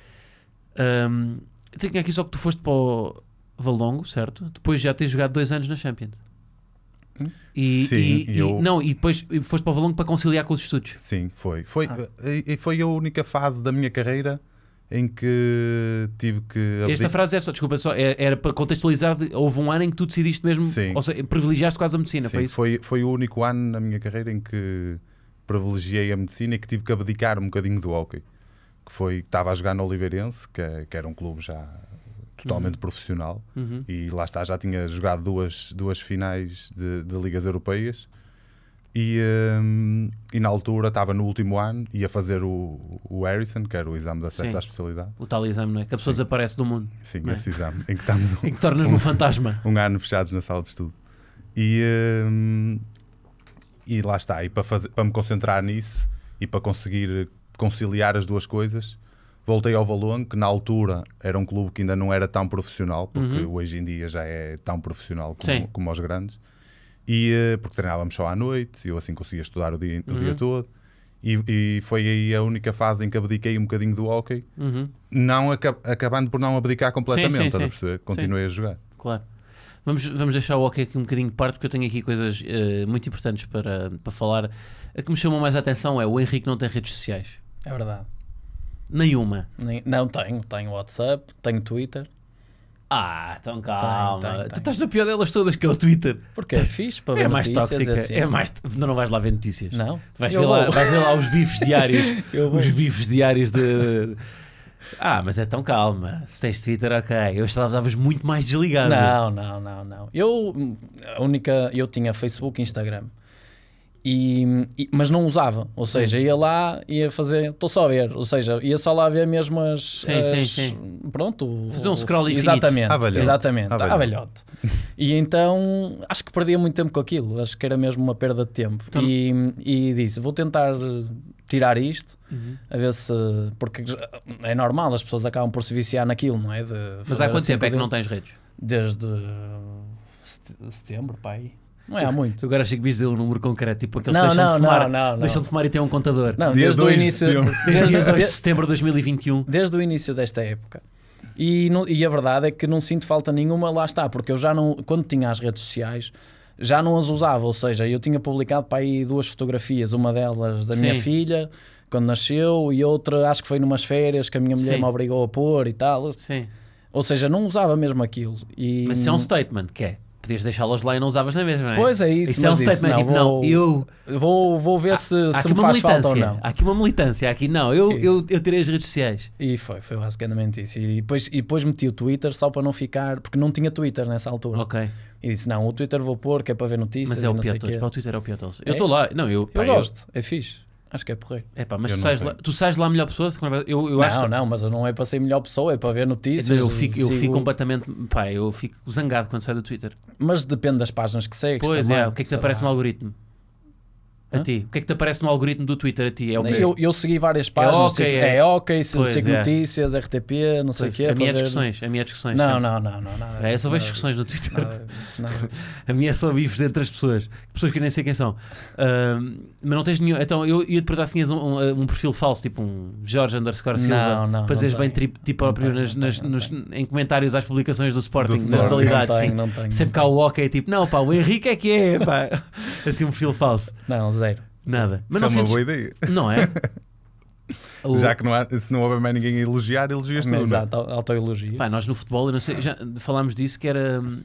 Ahm, eu tenho aqui só que tu foste para o Valongo, certo? Depois já tens jogado dois anos na Champions. Hum? E, Sim, e- e- eu- não, e depois foste para o Valongo para conciliar com os estudos. Sim, foi. Foi, Ah. e, e foi a única fase da minha carreira em que tive que Esta abdicar- frase é só, desculpa, só, é- era para contextualizar, de- houve um ano em que tu decidiste mesmo, Sim. ou seja, privilegiaste quase a medicina, Sim, foi isso? foi, foi o único ano na minha carreira em que privilegiei a medicina e que tive que abdicar um bocadinho do hóquei. Que foi, estava a jogar no Oliveirense, que, é- que era um clube já totalmente Uhum. profissional. Uhum. E lá está, já tinha jogado duas, duas finais de, de ligas europeias e, hum, e na altura estava no último ano, ia fazer o, o Harrison, que era o exame de acesso Sim. à especialidade. O tal exame, não é? Que a pessoa Sim. desaparece do mundo, Sim, Não é? esse exame, em que estamos um, em que tornas-me um fantasma. um ano fechados na sala de estudo. E, hum, e lá está, e para, fazer, para me concentrar nisso e para conseguir conciliar as duas coisas, voltei ao Valongo, que na altura era um clube que ainda não era tão profissional, porque Uhum. hoje em dia já é tão profissional Sim. como, como os grandes, e, eh, porque treinávamos só à noite, e eu assim conseguia estudar o dia, o Uhum. dia todo, e, e foi aí a única fase em que abdiquei um bocadinho do hóquei, Uhum, não aca- acabando por não abdicar completamente, Sim, sim, estás a sim. perceber? Continuei a jogar. claro. Vamos, vamos deixar o hockey aqui um bocadinho de parte, porque eu tenho aqui coisas eh, muito importantes para, para falar. A que me chamou mais a atenção é o Henrique não tem redes sociais. É verdade. Nenhuma. Nem- Não tenho. Tenho WhatsApp, tenho Twitter. Ah, então calma. Tem, tem, Tu tem. estás na pior delas todas, que é o Twitter. Porque é fixe para ver É mais notícias, tóxica. é assim. É mais... Não, não vais lá ver notícias. Não. Vais Eu ver, lá, vou. vais ver lá os bifes diários. Eu vou. os bifes diários de. Ah, mas é tão calma. Se tens Twitter, ok. Eu estavas muito mais desligado. Não, não, não, não. Eu, a única, eu tinha Facebook e Instagram. E, e- mas não usava, ou seja, ia lá, ia fazer, estou só a ver, ou seja, ia só lá ver mesmo as, Sim, sim, as- sim. pronto, Fazer um o- scroll infinito. exatamente, À velhote. exatamente, À à velhote. velhote. E então acho que perdia muito tempo com aquilo, acho que era mesmo uma perda de tempo. Então- E, e disse, vou tentar tirar isto, Uhum. a ver se, porque já- é normal, as pessoas acabam por se viciar naquilo, não é? De Mas fazer há quanto assim tempo é que tudo. não tens redes? Desde sete- setembro, pai. Não é há muito. Tu agora achei que vis dizer um número concreto, tipo aqueles Não, deixam não, de fumar, não, não, não. deixam de fumar e têm um contador. Não, Dia desde o dois de início, setembro. Desde desde, dia dois de desde, setembro de dois mil e vinte e um. desde o início desta época. E, não- e a verdade é que não sinto falta nenhuma, lá está, porque eu já não, quando tinha as redes sociais, já não as usava, ou seja, eu tinha publicado para aí duas fotografias, uma delas da minha Sim. filha, quando nasceu, e outra acho que foi numas férias que a minha mulher Sim. me obrigou a pôr e tal, Sim. ou seja, não usava mesmo aquilo. E, Mas isso é um statement, que é? Podias deixá-las lá e não usavas na mesma, não é? Pois é isso, Isso é um mas disse, statement, não, tipo, vou, não, eu... vou, vou ver Há- se, há se aqui me uma faz falta ou militância, não. há aqui uma militância, há aqui não, eu, eu, Isso. eu tirei as redes sociais. E foi, foi basicamente isso. E depois, e depois meti o Twitter só para não ficar, porque não tinha Twitter nessa altura. Ok, E disse: não, o Twitter vou pôr, que é para ver notícias. mas é e o não pior sei de todos, quê. para o Twitter é o pior de todos. Eu É? estou lá, não, eu... Eu pá, gosto, é fixe. Acho que é porreiro. É pá, mas Eu tu não sais, tenho. lá, tu sais lá a melhor pessoa? Eu, eu não, acho... não, mas eu não é para ser melhor pessoa, é para ver notícias. Eu fico, eu sigo- fico completamente... Pá, eu fico zangado quando saio do Twitter. Mas depende das páginas que segues. Pois também, é, o que é que te sei aparece lá. no algoritmo? A ti? O que é que te aparece no algoritmo do Twitter a ti? É o eu, eu segui várias páginas. ok, sigo, é. é ok, sigo Pois, sigo é. notícias, R T P, não sei o Pois, quê. a minha é para ver- discussões, a minha é discussões. Não, sempre. não, não, não, nada É, eu disso, só vejo nada discussões no disso, Twitter. nada disso, nada disso. A minha é só bifes entre as pessoas, pessoas que eu nem sei quem são. Ahm, mas não tens nenhum. Então eu ia te perguntar se tinhas um, um, um perfil falso, tipo um Jorge underscore Silva, Não, não, para dizeres não bem tenho. tri, tipo Não próprio tenho, nas, não nas, tenho, não nos- tenho. em comentários às publicações do Sporting, Do nas Sporting. modalidades. Não sim. tenho, não tenho, Sempre não cá tenho. o ok, tipo, não, pá, o Henrique é que é, pá. Assim um perfil falso. Não, zero. Nada. Mas Isso não é uma sentes- boa ideia. Não é? O- Já que não há, se não houver mais ninguém a elogiar, elogias tu, não é? Exato, autoelogio. Pá, nós no futebol, eu não sei, já falámos disso que era. hum,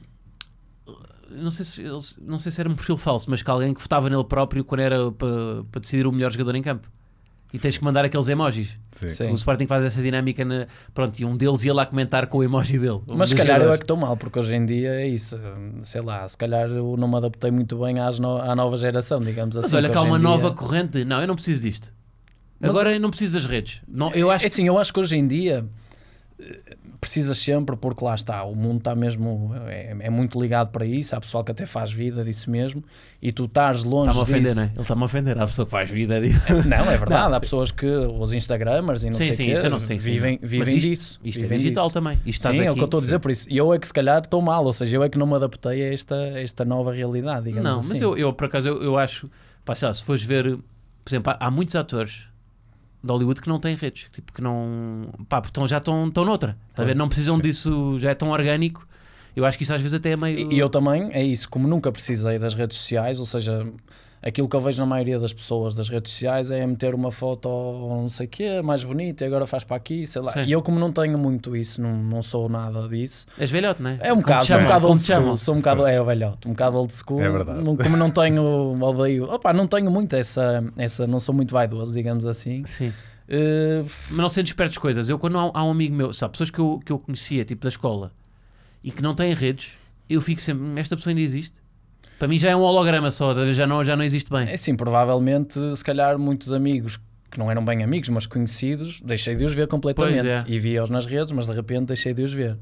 Não sei, se, eles- não sei se era um perfil falso, mas que alguém que votava nele próprio quando era para, para decidir o melhor jogador em campo. E tens que mandar aqueles emojis. Sim. Sim. O Sporting faz essa dinâmica. Na, pronto, e um deles ia lá comentar com o emoji dele. um Mas se dos calhar eu é jogadores. que estou mal, porque hoje em dia é isso. Sei lá, se calhar eu não me adaptei muito bem às no- à nova geração, digamos assim. Mas olha, que que há hoje uma em nova dia- corrente. de, Não, eu não preciso disto. Mas- Agora eu não preciso das redes. Não, eu acho É assim, eu acho que hoje em dia eh, precisas sempre, porque lá está, o mundo está mesmo, é, é muito ligado para isso, há pessoal que até faz vida disso mesmo, e tu estás longe Está-me a ofender, disso. não é? Ele está-me a ofender. Há pessoa que faz vida disso. Não, é verdade, Não, há pessoas que, os Instagramers e não Sim, sei sim, o quê, isso eu não sei, sim. vivem, Mas vivem isto- disso. Isto é vivem digital disso. também. Isto estás Sim, é o aqui. que eu estou a dizer, sim. por isso. E eu é que se calhar estou mal, ou seja, eu é que não me adaptei a esta, a esta nova realidade, digamos Não, assim. mas eu, eu por acaso eu, eu acho, pá, sei lá, se fores ver, por exemplo, há, há muitos atores de Hollywood que não têm redes, tipo, que não, pá, porque estão- já estão, estão noutra, tá a ver? Não precisam Sim. disso, já é tão orgânico. Eu acho que isso às vezes até é meio. E e eu também, é isso, como nunca precisei das redes sociais, ou seja, aquilo que eu vejo na maioria das pessoas das redes sociais é meter uma foto ou não sei o quê, mais bonita, e agora faz para aqui, sei lá. Sim. E eu como não tenho muito isso, não, não sou nada disso, És velhote, não é? é um Como bocado, te sou um chamam, bocado como old te chamam. school, sou um bocado, é o velhote, um bocado old school, É verdade. não- como não tenho, odeio, opá, não tenho muito essa, essa, não sou muito vaidoso, digamos assim. Sim. Eh, Mas não sentes perto as coisas. Eu, quando há, há um amigo meu, sabe, pessoas que eu, que eu conhecia, tipo da escola, e que não têm redes, eu fico sempre, "Hum, esta pessoa ainda existe? Para mim já é um holograma só, já não, já não existe bem. É sim, provavelmente, se calhar muitos amigos que não eram bem amigos, mas conhecidos, deixei de os ver completamente. Pois é. E via-os nas redes, mas de repente deixei de os ver.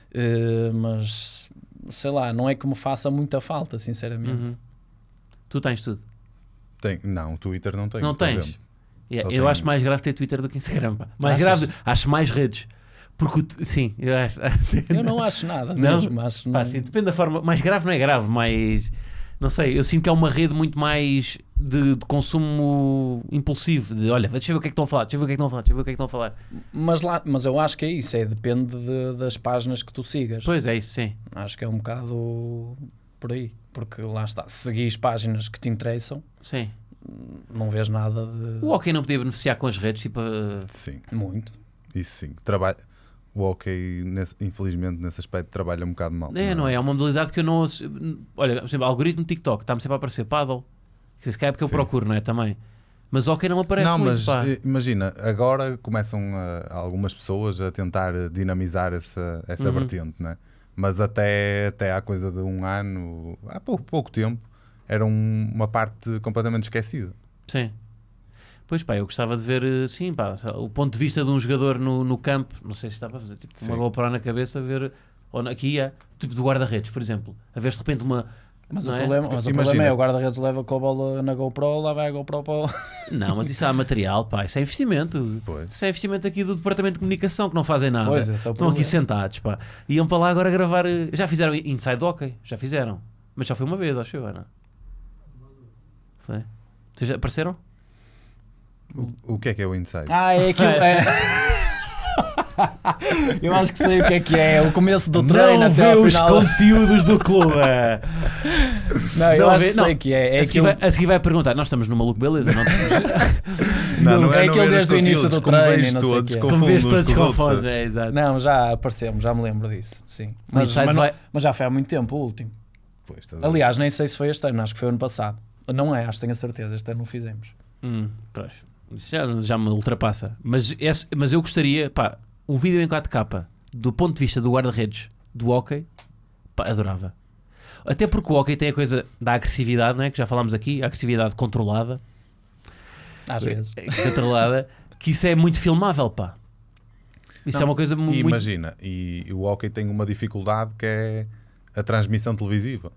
Eh, mas, sei lá, não é que me faça muita falta, sinceramente. Uhum. Tu tens tudo. Tem, não, o Twitter não tem. Não por tens? exemplo. Yeah, Só eu tenho- acho mais grave ter Twitter do que Instagram. Pá. Mais Achas? grave, acho mais redes. Porque, o tu- sim, eu acho. Eu não acho nada Não? mesmo. Acho, Pá, não- sim, depende da forma. Mais grave não é grave, mas. Não sei, eu sinto que é uma rede muito mais de, de consumo impulsivo. De olha, deixa eu ver o que é que estão a falar, deixa eu ver o que é que estão a falar, deixa eu ver o que é que estão a falar. mas, lá, mas eu acho que é isso, é, depende de- das páginas que tu sigas. Pois é, isso, sim. Acho que é um bocado por aí. Porque lá está, se seguis páginas que te interessam, Sim. não vês nada de O hockey não podia beneficiar com as redes, tipo. uh, Sim, muito. isso sim. Trabalha, o hockey, nesse- infelizmente, nesse aspecto, trabalha um bocado mal. É, não é? É uma modalidade que eu não. Olha, por exemplo, algoritmo TikTok, está-me sempre a aparecer paddle. Se calhar é porque eu Sim. procuro, não é? Também. Mas hockey não aparece Não, muito, mas pá. eh, imagina, agora começam a- algumas pessoas a tentar eh, dinamizar essa, essa Uhum. vertente, né? Mas até, até há coisa de um ano, há pouco, pouco tempo, era um- uma parte completamente esquecida. Sim. Pois pá, eu gostava de ver, eh, sim, pá, sei lá, o ponto de vista de um jogador no, no campo, não sei se está para fazer, tipo, uma Sim. GoPro na cabeça, ver, ou na- aqui é, tipo do guarda-redes, por exemplo, a ver de repente uma... Mas, o não é? problema, mas o Imagina. problema é o guarda-redes leva com a bola na GoPro, lá vai a GoPro para o... Não, mas isso há material, pá, isso é investimento. Pois. Isso é investimento aqui do Departamento de Comunicação, que não fazem nada. Pois, esse é o Estão problema. aqui sentados, pá. Iam para lá agora gravar, eh, já fizeram Inside Hockey, já fizeram, mas só foi uma vez, acho eu, não? Foi? Vocês já apareceram? O, o que é que é o inside? Ah, é aquilo... É... Eu acho que sei o que é que é, é o começo do treino não até vê ao os final. conteúdos do clube. Não, eu Não acho vê- que não. sei que é. É a, seguir aquilo... vai, a seguir vai perguntar, nós estamos no Maluco Beleza, não estamos... Não, não é não aquele ver os desde o início conteúdos, do como treino vejo e não sei todos, quê. confundo Como vês uns todos com os outros. confundem, é exato. Não, já aparecemos, já me lembro disso. Sim. O Mas, Inside mas, não- vai- mas já foi há muito tempo o último. Pois, estás a ver? Aliás, nem sei se foi este ano, acho que foi ano passado. Não é, acho que tenho a certeza, este ano não fizemos. Hum, pois. Isso já, já me ultrapassa. Mas, esse, mas eu gostaria, pá, um vídeo em quatro K do ponto de vista do guarda-redes do hockey, pá, adorava. Até porque o hockey tem a coisa da agressividade, não é? Que já falámos aqui, a agressividade controlada, Às vezes. controlada, que isso é muito filmável, pá. Isso Não, é uma coisa mu- E muito... imagina, e o hockey tem uma dificuldade que é a transmissão televisiva.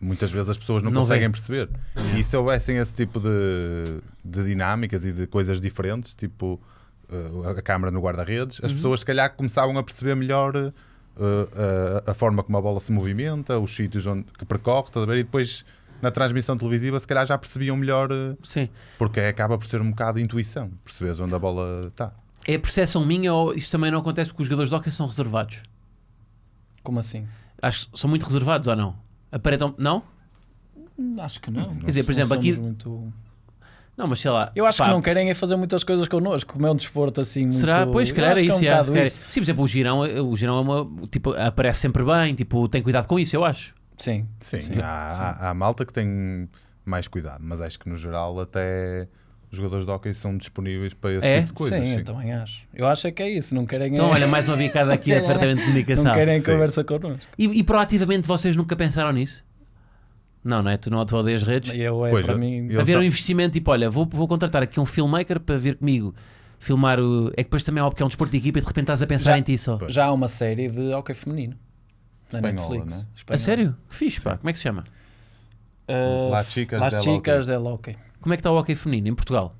muitas vezes as pessoas não, Não conseguem vê. perceber. E se houvessem esse tipo de, de dinâmicas e de coisas diferentes, tipo uh, a câmara no guarda-redes, as Uhum. pessoas se calhar começavam a perceber melhor uh, a, a forma como a bola se movimenta, os sítios onde, que percorre, estás a ver? E depois na transmissão televisiva se calhar já percebiam melhor, uh, Sim. porque acaba por ser um bocado de intuição, percebes onde a bola está. É a percepção minha ou isso também não acontece porque os jogadores de hóquei são reservados? Como assim? Acho que são muito reservados ou não? Aparentam... Não? Acho que não. Quer dizer, por Não exemplo, aqui... somos muito- Não, mas sei lá. Eu acho pá, que não querem é fazer muitas coisas connosco, como é um desporto assim muito... Será? Pois, se Eu calhar acho é que isso. um é, bocado se calhar é- isso. Sim, por exemplo, o Girão, o Girão é uma, tipo, aparece sempre bem, tipo, tem cuidado com isso, eu acho. Sim. Sim, Sim, há, há, há malta que tem mais cuidado, mas acho que no geral até os jogadores de hóquei são disponíveis para esse É? tipo de coisas. sim, sim. eu também acho. Eu acho é que é isso, não querem... Então, é... olha, mais uma bicada aqui a departamento de comunicação. Não querem Sim. conversa connosco. E, e proativamente vocês nunca pensaram nisso? Não, não é? Tu não tu odeias redes? E eu, é, Pois, para eu- mim... eu- Haver tô- um investimento tipo, olha, vou, vou contratar aqui um filmmaker para vir comigo filmar o. É que depois também é óbvio que é um desporto de equipa e de repente estás a pensar Já- em ti só. Pois. Já há uma série de hóquei feminino. Na Espanhola, Netflix. né? A Espanhola. sério? Que fixe, pá. Sim. Como é que se chama? Uh, Las Chicas Las del Chicas del Hóquei. Como é que está o hóquei feminino em Portugal?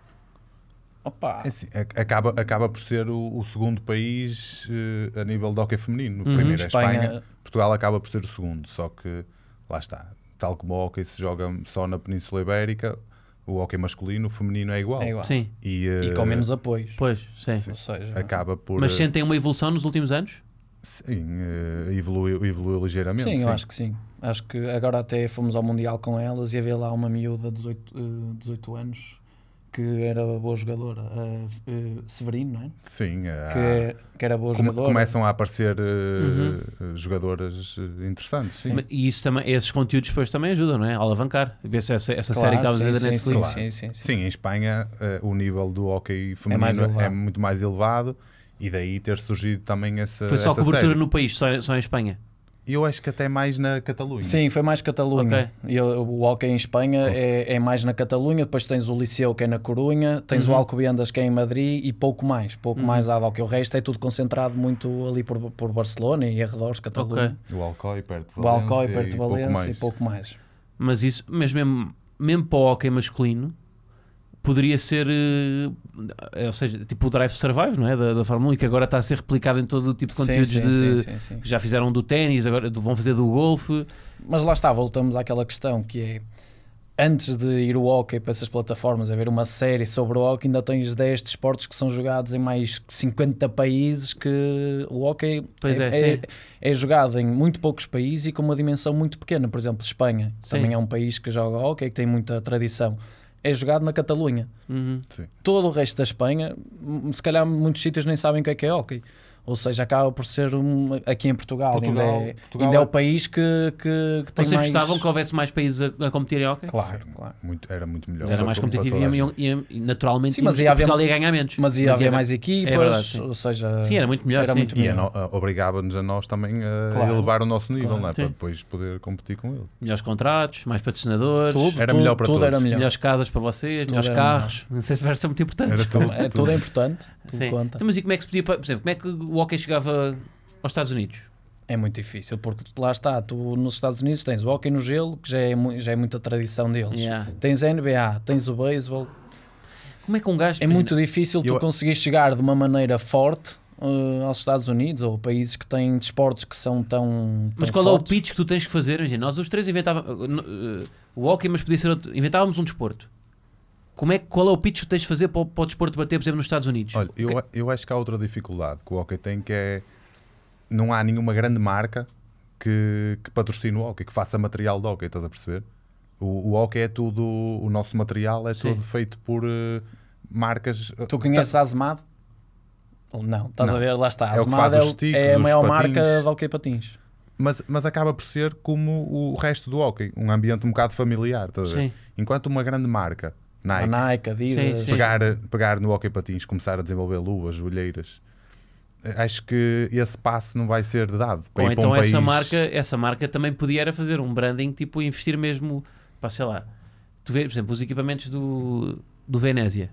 Opa, É assim, a- acaba, acaba por ser o, o segundo país eh, a nível de hóquei feminino. O Uhum. primeiro é a Espanha. Espanha... Portugal acaba por ser o segundo, só que lá está. Tal como o hóquei se joga só na Península Ibérica, o hóquei masculino, o feminino é igual. É igual. Sim, E, E eh, com menos apoios. pois, sim. Sim. Ou seja, acaba por. Mas eh, sentem uma evolução nos últimos anos? Sim, eh, evoluiu, evoluiu ligeiramente. sim, eu acho que sim. Acho que agora até fomos ao Mundial com elas e havia lá uma miúda de dezoito, eh, dezoito anos que era boa jogadora, a eh, Severino, não é? Sim, eh, Que, é- que era boa come- jogadora. começam a aparecer eh, Uhum. eh, jogadoras eh, interessantes. Sim. Mas- E isso também, esses conteúdos depois também ajudam, não é? A alavancar. Essa, essa, essa série que Claro, estavas a dizer da sim, Netflix. sim, Claro. sim, sim, sim. Sim, em Espanha eh, o nível do hóquei feminino mais é, elevado. muito mais elevado e daí ter surgido também essa Foi só essa cobertura série. no país, só, só em Espanha. E eu acho que até mais na Catalunha. Sim, foi mais Catalunha. Ok. E o, o hóquei em Espanha Nossa. é, é mais na Catalunha, depois tens o Liceu que é na Corunha, tens Uhum. o Alcobendas que é em Madrid e pouco mais, pouco Uhum. mais há do que o resto é tudo concentrado muito ali por, por Barcelona e arredores, Catalunha. Ok. O Alcoy perto de O Valência, Alcoy perto de e pouco Valência mais. e pouco mais. Mas isso, mas mesmo, mesmo para o hóquei masculino, poderia ser, eh, ou seja, tipo o Drive to Survive, não é? Da, da Fórmula um, e que agora está a ser replicado em todo o tipo de Sim, conteúdos sim, de. sim, sim, sim. Já fizeram do ténis, agora do- vão fazer do golfe. Mas lá está, voltamos àquela questão que é antes de ir o hóquei para essas plataformas, haver uma série sobre o hóquei, ainda tens dez desportos que são jogados em mais cinquenta países, que o hóquei Pois é, é, sim. é, é jogado em muito poucos países e com uma dimensão muito pequena. Por exemplo, Espanha Sim. também é um país que joga hóquei, que tem muita tradição. É jogado na Catalunha. Uhum. Sim. Todo o resto da Espanha, m- se calhar muitos sítios nem sabem o que é que é hóquei. Ou seja, acaba por ser um, aqui em Portugal, Portugal- ainda, é, Portugal ainda é é- o país que, que, que tem Vocês mais... gostavam que houvesse mais países a, a competir em hóquei? Claro, Sim, claro. muito- era muito melhor. Mas era para mais to- para competitivo toda a e, gente. iam- iam- e naturalmente Sim, mas íamos- ia haver- Portugal ia ganhar menos. Mas ia haver era- mais equipas, é verdade, sim. ou seja... Sim, era muito melhor. era sim. muito E a melhor. no- a- obrigava-nos a nós também a Claro. elevar o nosso nível, Claro. não é? Sim. Para depois poder competir com ele. Melhores contratos, mais patrocinadores, Tudo, Era tudo, melhor para tudo todos. era melhor. melhores casas para vocês, Tudo melhores era carros. Não sei se vai ser muito importante. Era tudo. É, tudo é importante, tudo Sim. conta. Então, mas e como é que se podia, por exemplo, como é que o hóquei chegava aos Estados Unidos? É muito difícil, porque lá está, tu nos Estados Unidos tens o hóquei no gelo, que já é, mu- já é muita tradição deles. Yeah. Tens a N B A, tens o beisebol. Como é que um gajo... É muito difícil tu Eu- conseguir chegar de uma maneira forte uh, aos Estados Unidos ou países que têm desportos que são tão, Mas tão qual é o fortes. pitch que tu tens que fazer? Imagina, nós os três inventávamos uh, o hóquei, mas podia ser outro, inventávamos um desporto. Como é, que- qual é o pitch que tu tens de fazer para o, para o desporto bater, por exemplo, nos Estados Unidos? Olha, eu, Ok. eu acho que há outra dificuldade que o hóquei tem, que é não há nenhuma grande marca que, que patrocine o hóquei, que faça material de hóquei, estás a perceber? O, o hóquei é tudo, o nosso material é Sim. todo feito por eh, marcas. Tu conheces a Azemad? Não, estás Não. a ver, lá está. A É o que Azemad faz é, os o- sticks, é a os maior patins. marca de hóquei patins. Mas, mas acaba por ser como o resto do hóquei, um ambiente um bocado familiar, estás a ver? Sim. Enquanto uma grande marca, A Nike, Nike, Adidas. Sim, sim. pegar, pegar no hóquei patins, começar a desenvolver luvas, joelheiras, acho que esse passo não vai ser dado. Para Ou ir para então um essa, país- marca, essa marca também podia era fazer um branding, tipo investir mesmo, pá, sei lá, tu vês, por exemplo, os equipamentos do, do Venezia,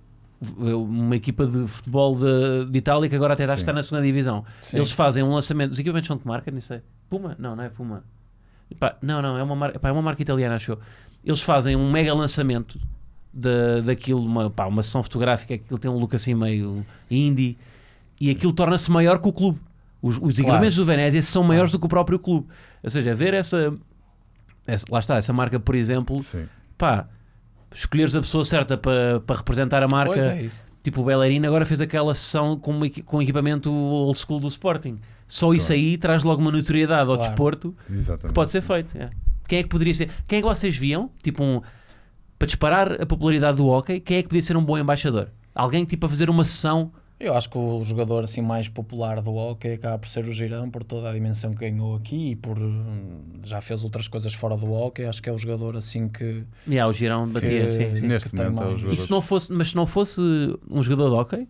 uma equipa de futebol de, de Itália que agora até Sim. está na segunda divisão. Sim. Eles fazem um lançamento, os equipamentos são de que marca? Não sei. Puma? Não, não é Puma. Pá, não, não, é uma, marca, pá, é uma marca italiana, acho eu. Eles fazem um mega lançamento de, daquilo, uma, pá, uma sessão fotográfica, aquilo tem um look assim meio indie, e aquilo torna-se maior que o clube. Os, os equipamentos do Venezia são maiores do que o próprio clube. Ou seja, ver essa, essa lá está, essa marca, por exemplo, Sim. pá, escolheres a pessoa certa para, para representar a marca. Pois é isso. Tipo, o Bellerin agora fez aquela sessão com, uma, com equipamento old school do Sporting. Só isso Claro. aí traz logo uma notoriedade ao Claro. desporto Exatamente. que pode ser feito. É. Quem é que poderia ser? Quem é que vocês viam? Tipo, um, para disparar a popularidade do hóquei, quem é que podia ser um bom embaixador? Alguém tipo a fazer uma sessão. Eu acho que o jogador assim mais popular do hóquei acaba por ser o Girão, por toda a dimensão que ganhou aqui e por hum, já fez outras coisas fora do hóquei. Acho que é o jogador assim que... Yeah, o Girão Sim. batia. Sim, sim. Neste que tem momento é o mais- jogador. E se não fosse, mas se não fosse um jogador de hóquei,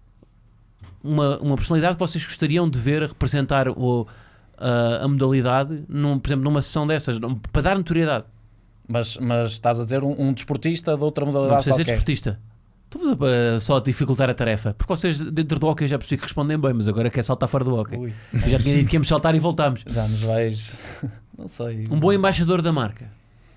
uma, uma personalidade que vocês gostariam de ver representar o, a, a modalidade, num, por exemplo, numa sessão dessas, num- para dar notoriedade. Mas, mas estás a dizer um, um desportista de outra Não modalidade precisa ser qualquer. desportista. Estou a só a dificultar a tarefa. Porque vocês dentro do hóquei já percebi que respondem bem, mas agora quer saltar fora do hóquei. Ui, Eu já tinha dito que íamos saltar e voltámos. já nos vais... não sei. Um bom embaixador da marca.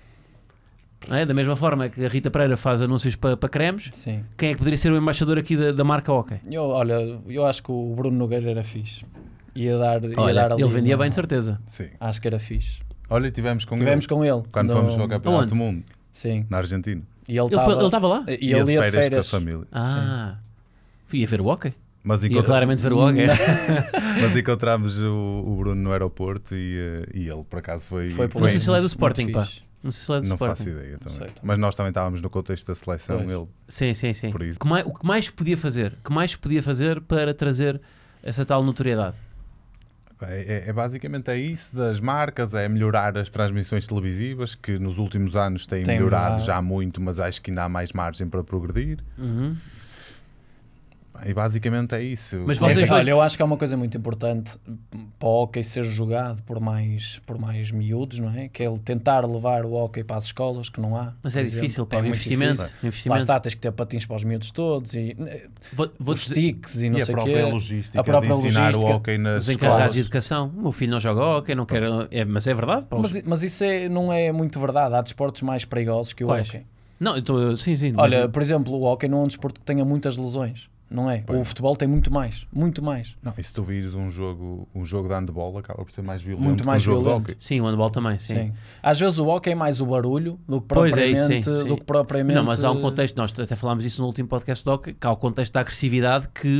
Não é? Da mesma forma que a Rita Pereira faz anúncios para, para cremes, Sim. quem é que poderia ser o embaixador aqui da, da marca hóquei? Eu, olha, eu acho que o Bruno Nogueira era fixe. Ia dar, ia Olha, dar ali ele vendia uma- bem de certeza. Sim. Acho que era fixe. Olha, tivemos com Tivemos ele com ele. quando no- fomos ao Campeonato Aonde? do Mundo, Sim. na Argentina. E ele Ele foi- ele estava... estava lá? E ele ia de férias. com a família. Ah, fui a ver o hóquei. Mas, Ia encontra- claramente ver o hóquei. mas encontramos o, o Bruno no aeroporto e, eh, e ele, por acaso, foi... Foi por Não sei aí, se ele é do muito- Sporting, muito pá. fixe. Não sei se ele é do Não Sporting. faço ideia também. sei também. Mas nós também estávamos no contexto da seleção. Pois. Ele, Sim, sim, sim. Por isso. O que mais, o que mais podia fazer? O que mais podia fazer para trazer essa tal notoriedade? é, é- é basicamente é isso das marcas, é melhorar as transmissões televisivas, que nos últimos anos têm Tem melhorado melhorado. já muito, mas acho que ainda há mais margem para progredir. Uhum. E basicamente é isso. Mas É vocês que, dois- olha, eu acho que é uma coisa muito importante para o hóquei ser jogado por mais, por mais miúdos, não é? Que é ele tentar levar o hóquei para as escolas, que não há. Mas por é exemplo. difícil, pá. É o muito investimento. difícil. o Lá investimento. está, tens que ter patins para os miúdos todos e eh, Vou, vou os dizer, sticks e E não a sei o própria quê. logística A própria de ensinar logística, o hóquei nas os encarregados escolas. de educação. O meu filho não joga hóquei, não quer. É, mas é verdade, pá. os- Mas, mas isso é, não é muito verdade. Há desportos mais perigosos que o Quais? hóquei. Não, eu tô, sim, sim. Olha, mas- por exemplo, o hóquei não é um desporto que tenha muitas lesões. Não é? Pois. O futebol tem muito mais. Muito mais. Não, e se tu vires um jogo, um jogo de handball, acaba por ser mais violento Muito que mais um jogo violento. de hóquei. sim, o handball também, sim. Sim. Às vezes o hóquei é mais o barulho do que Pois é, propriamente... isso, sim, sim. Do que propriamente... Não, mas há um contexto, nós até falámos isso no último podcast do hóquei, que há o contexto da agressividade que,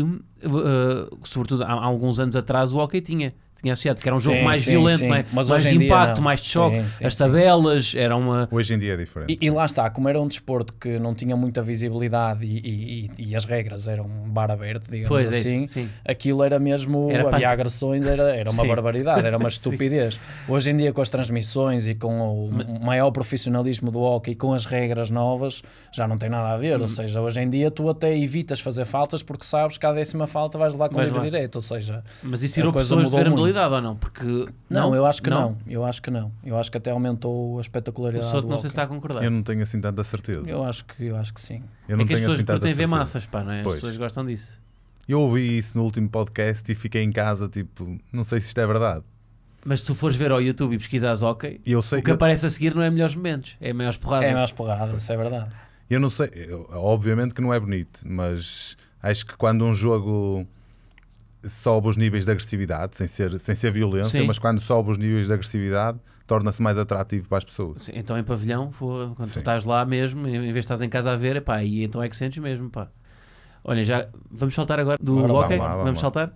uh, sobretudo há, há alguns anos atrás, o hóquei tinha. Tinha associado, que era um jogo Sim, mais sim, violento, sim. não é? Mas mais hoje de em dia impacto, não. mais de choque. Sim, sim, As sim. tabelas, era uma. Hoje em dia é diferente. E, e lá está, como era um desporto que não tinha muita visibilidade e, e- e- e as regras eram bar aberto, digamos Pois é, assim, isso, sim. aquilo era mesmo, Era havia punk. agressões, era, era uma Sim. barbaridade, era uma Sim. estupidez. Hoje em dia, com as transmissões e com o Ma- maior profissionalismo do hóquei e com as regras novas, já não tem nada a ver. Hum. Ou seja, hoje em dia tu até evitas fazer faltas porque sabes que à décima falta vais lá com Vais livre lá. direito. Ou seja, Mas isso A tirou coisa pessoas de mudou ver a muito. modalidade ou não? Porque. não, eu acho que não. Eu acho que não. Eu acho que até aumentou a O espetacularidade Souto do não sei se está hóquei. a concordar. Eu não tenho assim tanta certeza. Eu acho que, eu acho que sim. Eu É não que as tenho pessoas assim tanta curtem ver certeza. massas, pá, não é? As Pois. pessoas gostam disso. Eu ouvi isso no último podcast e fiquei em casa, tipo, não sei se isto é verdade. Mas se tu fores ver ao YouTube e pesquisares hóquei, E eu sei, o que eu, aparece a seguir não é melhores momentos, é maiores porradas. É mais porrada, isso é verdade. eu não sei, eu- obviamente que não é bonito, mas acho que quando um jogo sobe os níveis de agressividade, sem ser, sem ser violência, Sim. mas quando sobe os níveis de agressividade, torna-se mais atrativo para as pessoas. Sim, então em pavilhão, pô, quando tu Sim. estás lá mesmo, em vez de estás em casa a ver, epá, e então é que sentes mesmo, pá. Olha, já vamos saltar agora do Ora, hóquei, vamos lá, vamos, vamos lá. saltar.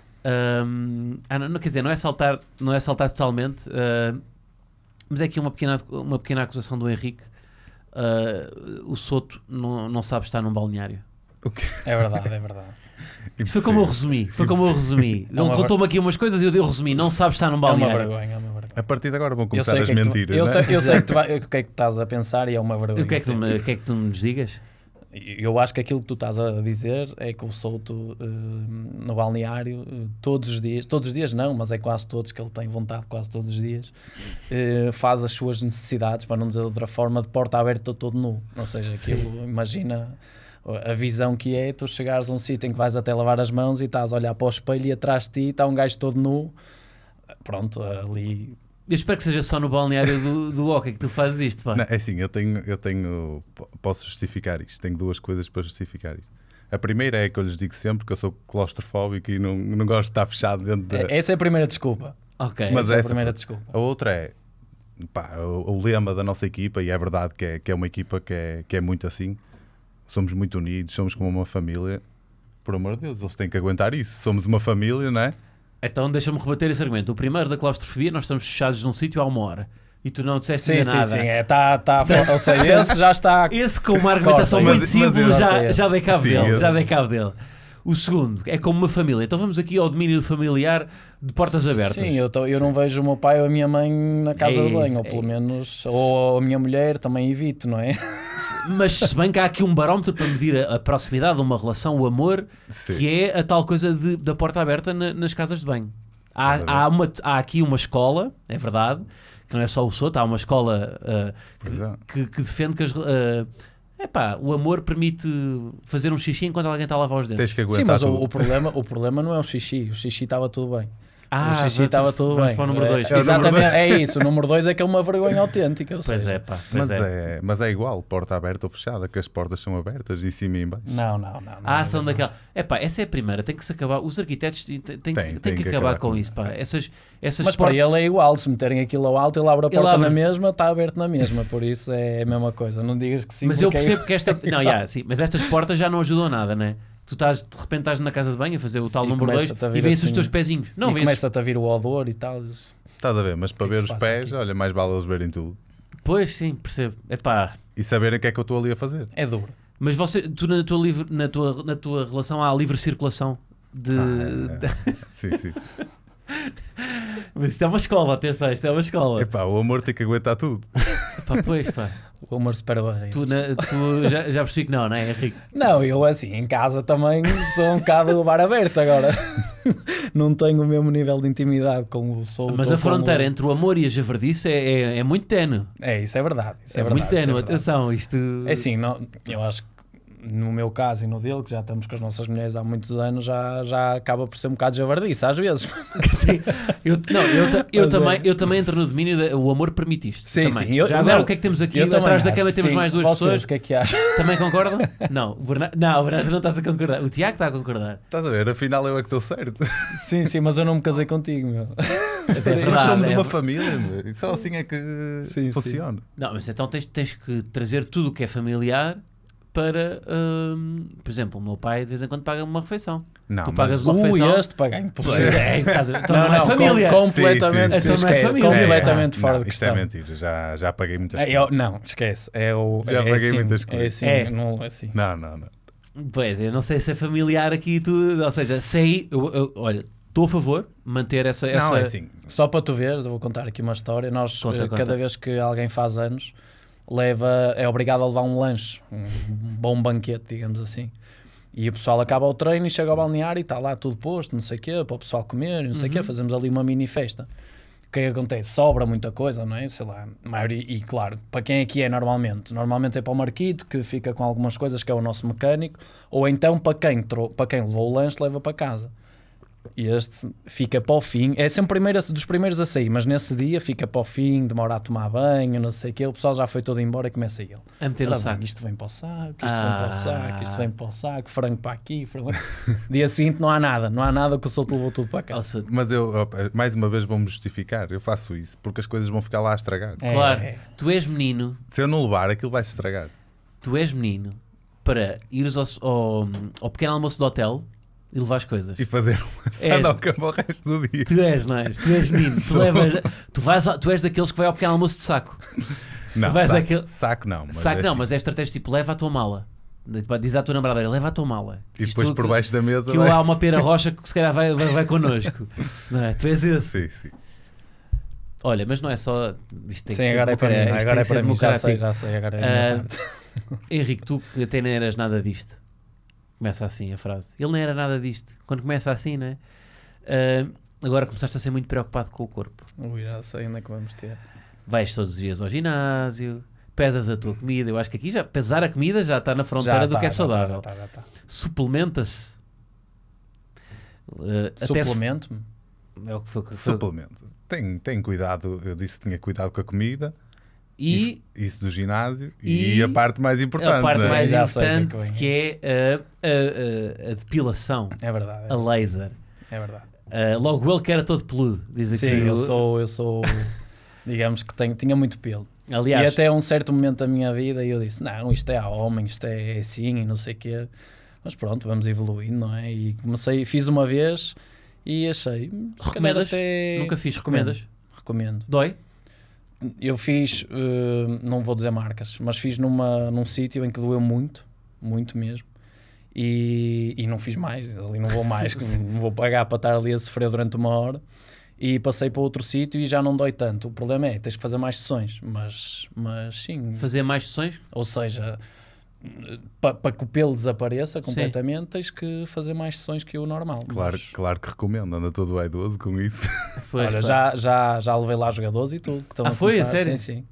Ahm, ah, não, não, quer dizer, não é saltar, não é saltar totalmente, ah, mas é aqui uma pequena, uma pequena acusação do Henrique. Ah, o Souto não, não sabe estar num balneário. É verdade, é verdade. Foi como eu resumi, foi como eu resumi. É uma Ele contou-me aqui umas coisas e eu, eu resumi, não sabe estar num É uma balneário. vergonha, é uma vergonha. A partir de agora vão Eu começar sei, as que é que tu- mentiras, eu não sei, é? eu sei que tu vai- o que é que estás a pensar e é uma vergonha. O que é que tu me, o que é que tu me digas? Eu acho que aquilo que tu estás a dizer é que o Souto eh, no balneário eh, todos os dias, todos os dias não, mas é quase todos, que ele tem vontade quase todos os dias, eh, faz as suas necessidades, para não dizer de outra forma, de porta aberta todo nu. Ou seja, aquilo, imagina a visão que é tu chegares a um sítio em que vais até lavar as mãos e estás a olhar para o espelho e atrás de ti está um gajo todo nu. Pronto, ali Eu espero que seja só no balneário do, do hockey que tu fazes isto, pá. Não, é assim, eu tenho, eu tenho, posso justificar isto. Tenho duas coisas para justificar isto. A primeira é que eu lhes digo sempre que eu sou claustrofóbico e não, não gosto de estar fechado dentro da... Essa é a primeira desculpa. Ok. Mas Essa é a essa primeira foi- desculpa. A outra é, pá, o, o lema da nossa equipa, e é verdade que é, que é uma equipa que é, que é muito assim, somos muito unidos, somos como uma família. Por amor de Deus, eles têm que aguentar isso. Somos uma família, não é? Então deixa-me rebater esse argumento. O primeiro da claustrofobia, nós estamos fechados num sítio há uma hora. E tu não disseste Sim, ainda sim, nada. sim. É, tá, tá, ou seja, esse já está... Esse com uma argumentação Corta, muito mas- mas simples esse- já, já dei cabo Sim, dele. esse- Já dei cabo dele. O segundo é como uma família. Então vamos aqui ao domínio familiar de portas abertas. Sim, eu, tô, eu não vejo o meu pai ou a minha mãe na casa É de banho, isso, ou pelo é menos, ou a minha mulher, também evito, não é? Mas se bem que há aqui um barómetro para medir a, a proximidade de uma relação, o amor, Sim. que é a tal coisa de- da porta aberta na- nas casas de banho. Há, Estás a ver? há, uma, há aqui uma escola, é verdade, que não é só o Soto, há uma escola ah, Pois é. que, que defende que as, ah, epá, o amor permite fazer um xixi enquanto alguém está a lavar os dentes. Tens que Sim, aguentar mas o, tudo. o, problema, o problema não é o xixi, o xixi estava tudo bem. Ah, o xixi vamos- estava tudo vamos bem. para o número dois. É, É o número exatamente, dois. é isso. O número dois é que é uma vergonha autêntica. ou Pois seja, é, pá. Pois Mas é. é. mas é igual, porta aberta ou fechada, que as portas são abertas, em cima e em baixo. Não, não, não. não Ah, é são verdade. daquela. É pá, essa é a primeira. Tem que se acabar. Os arquitetos têm, têm, têm, Tem, que- tem têm que que acabar, acabar com com isso, pá. Essas, essas Mas para portas- ele é igual, se meterem aquilo ao alto, ele abre a Ele porta abre. na mesma, está aberto na mesma, por isso é a mesma coisa. Não digas que sim, Mas eu porque é percebo que esta. Não, yeah, sim, mas estas portas já não ajudam a nada, né? Tu estás, de repente estás na casa de banho a fazer o tal Sim, número dois começa-te a vir e vêm-se os assim- teus pezinhos. Não, e vêm-se. começa-te a vir o odor e tal. isso- Estás a ver? Mas para que é ver que os se passa pés, aqui? olha, mais vale eles verem tudo. Pois sim, percebo. É pá. E saberem o que é que eu estou ali a fazer. É duro. Mas você, tu na tua, livre, na, tua, na tua relação há livre circulação de. Ah, é. Sim, sim. Mas isto é uma escola, atenção, isto é uma escola. Epá, o amor tem que aguentar tudo. Pá, pois pá. O amor supera barreiras. Tu, na- tu já, já percebi que não, não é, Henrique? Não, eu assim, em casa também sou um bocado o bar aberto agora. Não tenho o mesmo nível de intimidade com o sou. Mas ou a com fronteira o- entre o amor e a javardice é, é, é muito tenue. É, isso é verdade. Isso É, é, verdade, muito isso é tenue, verdade. atenção, isto. É assim, não, eu acho que no meu caso e no dele, que já estamos com as nossas mulheres há muitos anos, já, já acaba por ser um bocado javardice às vezes. Sim. Eu, não, eu, ta- eu, Mas é. também, eu também entro no domínio da, o amor permite isto. Sim, também. sim, eu- Já agora não, o que é que temos aqui? Eu também Atrás da acho. câmera temos Sim, mais duas vocês, pessoas. o que é que acham? Também concordam? Não, o Bernardo, não, o Bernardo não estás a concordar. O Tiago está a concordar. Estás a ver? Afinal eu é que estou certo. Sim, sim, mas eu não me casei contigo, meu. É Nós verdade. somos é- uma família, meu. E só assim é que Sim, funciona. Não, mas então tens, tens que trazer tudo o que é familiar para, hum, por exemplo, o meu pai de vez em quando paga uma refeição. Não, Tu mas- pagas uma Ui, refeição. este pagar impossível. Pois é, estás a ver? Então Não, não, é não, família. com- completamente, Sim, sim, sim. Então não é esquece, família. completamente É, fora não, de isto questão. é mentira, já, já paguei muitas É, coisas. eu- não, esquece. É o, Já é paguei assim, muitas é coisas. assim, É. não é assim. Não, não, não. Pois, eu não sei se é familiar aqui e tudo. Ou seja, sei, eu, eu- olha, estou a favor de manter essa. essa... Não, é assim. Só para tu ver, eu vou contar aqui uma história. Nós, Conta, eh, conta. cada vez que alguém faz anos, leva, é obrigado a levar um lanche, um bom banquete, digamos assim. E o pessoal acaba o treino e chega ao balneário e está lá tudo posto, não sei o quê, para o pessoal comer, não sei o Uhum. quê, fazemos ali uma mini festa. O que é que acontece? Sobra muita coisa, não é? Sei lá, a maioria, e claro, para quem aqui é normalmente? Normalmente é para o Marquito, que fica com algumas coisas, que é o nosso mecânico, ou então para quem, trou- para quem levou o lanche, leva para casa. E este fica para o fim, é sempre o primeiro, dos primeiros a sair, mas nesse dia fica para o fim, demora a tomar banho, não sei o quê, o pessoal já foi todo embora e começa ele. A meter no Ora saco. bem, isto vem para o saco, isto Ah. vem para o saco, isto vem para o saco, frango para aqui, frango... Dia seguinte não há nada, não há nada que o solto levou tudo para Ou casa. seja, Mas eu, opa, mais uma vez, vou-me justificar. Eu faço isso porque as coisas vão ficar lá a estragar. É, claro, é. tu és menino, Se eu não levar, aquilo vai se estragar. tu és menino para ires ao, ao, ao pequeno almoço do hotel e levar as coisas. E fazer uma sandoca para o resto do dia. Tu és, não és? Tu és menino. Tu, Sou. levas, tu, vais, ao- tu és daqueles que vai ao pequeno almoço de saco. Não, Vais saco, àquele- saco não. Mas saco é não, assim. mas é estratégia tipo, leva a tua mala. Diz à tua namorada, leva a tua mala. E Isto depois por que- baixo da mesa. Que vai- há uma pera rocha que se calhar vai, vai, vai connosco. Não é? Tu és esse. Sim, sim. Olha, mas não é só. Isto tem que Sim, ser agora é para mim, democrático, isto agora tem é que ser para mim, já sei, democrático. já sei, agora é a minha Ah, parte. Henrique, tu que até nem eras nada disto. Começa assim a frase. Ele não era nada disto. Quando começa assim, né? Ah, agora começaste a ser muito preocupado com o corpo. Ui, já sei onde é que vamos ter. Vais todos os dias ao ginásio, pesas a tua comida. Eu acho que aqui já pesar a comida já está na fronteira Já do tá, que é já saudável. tá, já tá, já tá. Suplementa-se. Ah, até f- Suplemento-me? É o que foi. foi... Suplemento. Tem, tem cuidado, eu disse que tinha cuidado com a comida. E, Isso do ginásio. E, e a parte mais importante. a parte né? mais Já sei o que é que importante vem. que é a, a, a, a depilação, É verdade. a laser. É verdade. Uh, logo ele que era todo peludo, diz aqui. Sim, eu sou, eu sou, digamos que tenho, tinha muito pelo. Aliás, E até um certo momento da minha vida eu disse, não, isto é a homem, isto é assim e não sei o quê. Mas pronto, vamos evoluindo, não é? E comecei, fiz uma vez e achei... se calhar recomendas? até- Nunca fiz, Recomendo. recomendas? Recomendo. Dói? Eu fiz, eh, não vou dizer marcas, mas fiz numa, num sítio em que doeu muito, muito mesmo. E, e não fiz mais, ali não vou mais, que não vou pagar para estar ali a sofrer durante uma hora. E passei para outro sítio e já não dói tanto. O problema é, tens que fazer mais sessões, mas, mas sim. Fazer mais sessões? Ou seja, para pa que o pelo desapareça completamente, tens que fazer mais sessões que o normal. Claro, Mas, claro que recomendo, anda todo vaidoso com isso. Pois, olha, pá. já, já, já levei lá jogadores e tudo. Que estão Ah, a foi? A começar. sério? Sim, sim.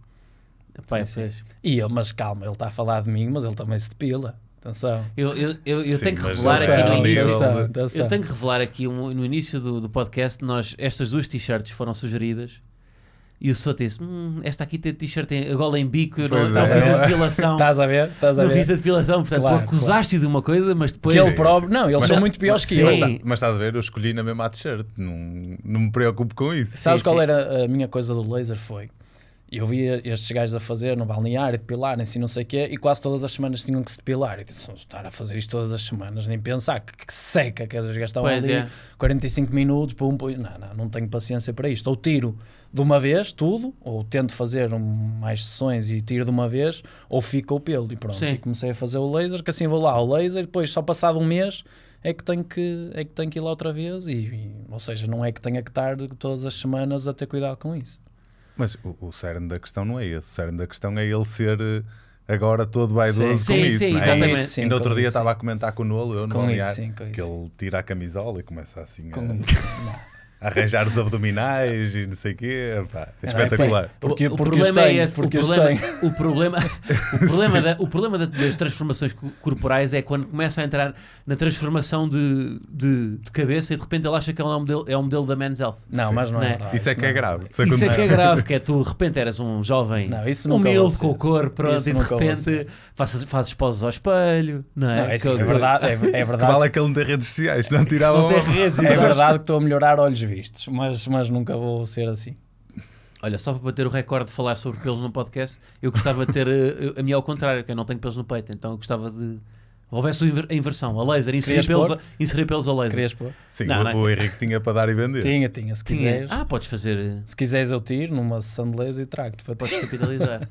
Pá, sim, pois. E ele, mas calma, ele está a falar de mim, mas ele também se depila. Atenção. Eu, eu, eu, eu Sim, tenho que mas revelar atenção, aqui no ao início. nível Atenção, de- atenção. Eu tenho que revelar aqui um- no início do, do podcast, nós, estas duas t-shirts foram sugeridas e o Soto disse: hum, esta aqui tem t-shirt em, a gola em bico, eu não, Pois não é. fiz a depilação. Estás a ver? Estás a Não ver? fiz a depilação, portanto Claro, tu acusaste de uma coisa, mas depois. Que ele Sim, próprio. sim. Não, eles Mas são tá- muito piores que sim. eu. Mas, tá- mas estás a ver, eu escolhi na mesma t-shirt, não, não me preocupo com isso. Sabes Sim, qual sim. era a minha coisa do laser? Foi. Eu via estes gajos a fazer no balneário, depilarem-se e não sei o quê, e quase todas as semanas tinham que se depilar. E disse, estar a fazer isto todas as semanas, nem pensar que, que seca que eles estavam Pois ali, é. quarenta e cinco minutos, pum, pum. Não, não, não tenho paciência para isto. Ou tiro de uma vez tudo, ou tento fazer um, mais sessões e tiro de uma vez, ou fica o pelo. E pronto, Sim. e comecei a fazer o laser, que assim vou lá ao laser, depois só passado um mês é que tenho que, é que, tenho que ir lá outra vez. E, e, ou seja, não é que tenha que estar todas as semanas a ter cuidado com isso. Mas o, o cerne da questão não é esse. O cerne da questão é ele ser eh, agora todo vaidoso Sim, com sim, isso. sim, não é? exatamente. Sim, Ainda com outro dia isso, estava sim. a comentar com o Nolo, eu no Com isso, balneário, sim, com que isso. ele tira a camisola e começa assim Com a, isso. Não. a arranjar os abdominais e não sei o quê. Pá, é Não, é espetacular. Porque- o, o porque problema os é tenho, esse. porque o os problema, tenho. o problema, o problema, da, o problema da- das transformações co- corporais é quando começa a entrar na transformação de, de, de cabeça e de repente ele acha que ele é um modelo, é um modelo da Men's Health. Não, Sim. mas não Não é é? verdade. Isso é que não é grave. Isso Isso é acontece. que é grave, que é tu de repente eras um jovem Não, isso nunca vou humilde ser. com o corpo, pronto, Isso e de nunca vou repente ser. fazes, fazes poses ao espelho, não é? Não, isso Que- é verdade. É, é Que verdade. vale aquele não ter redes sociais, não tirava Só tem uma... redes, É exato. verdade que estou a melhorar olhos vistos, mas, mas nunca vou ser assim. Olha, só para bater o recorde de falar sobre pelos no podcast, eu gostava de ter eh, a minha ao contrário, que eu não tenho pelos no peito, então eu gostava de. Houvesse a inver- a inversão, a laser, inserir Querias pelos, pôr? a, inserir pelos a laser. Querias pôr? Sim, Não, o, não é. o Henrique tinha para dar e vender. Tinha, tinha. Se Tinha. quiseres, Ah, podes fazer. eh, se quiseres eu tiro numa sessão de laser e trago-te para ti. Podes capitalizar.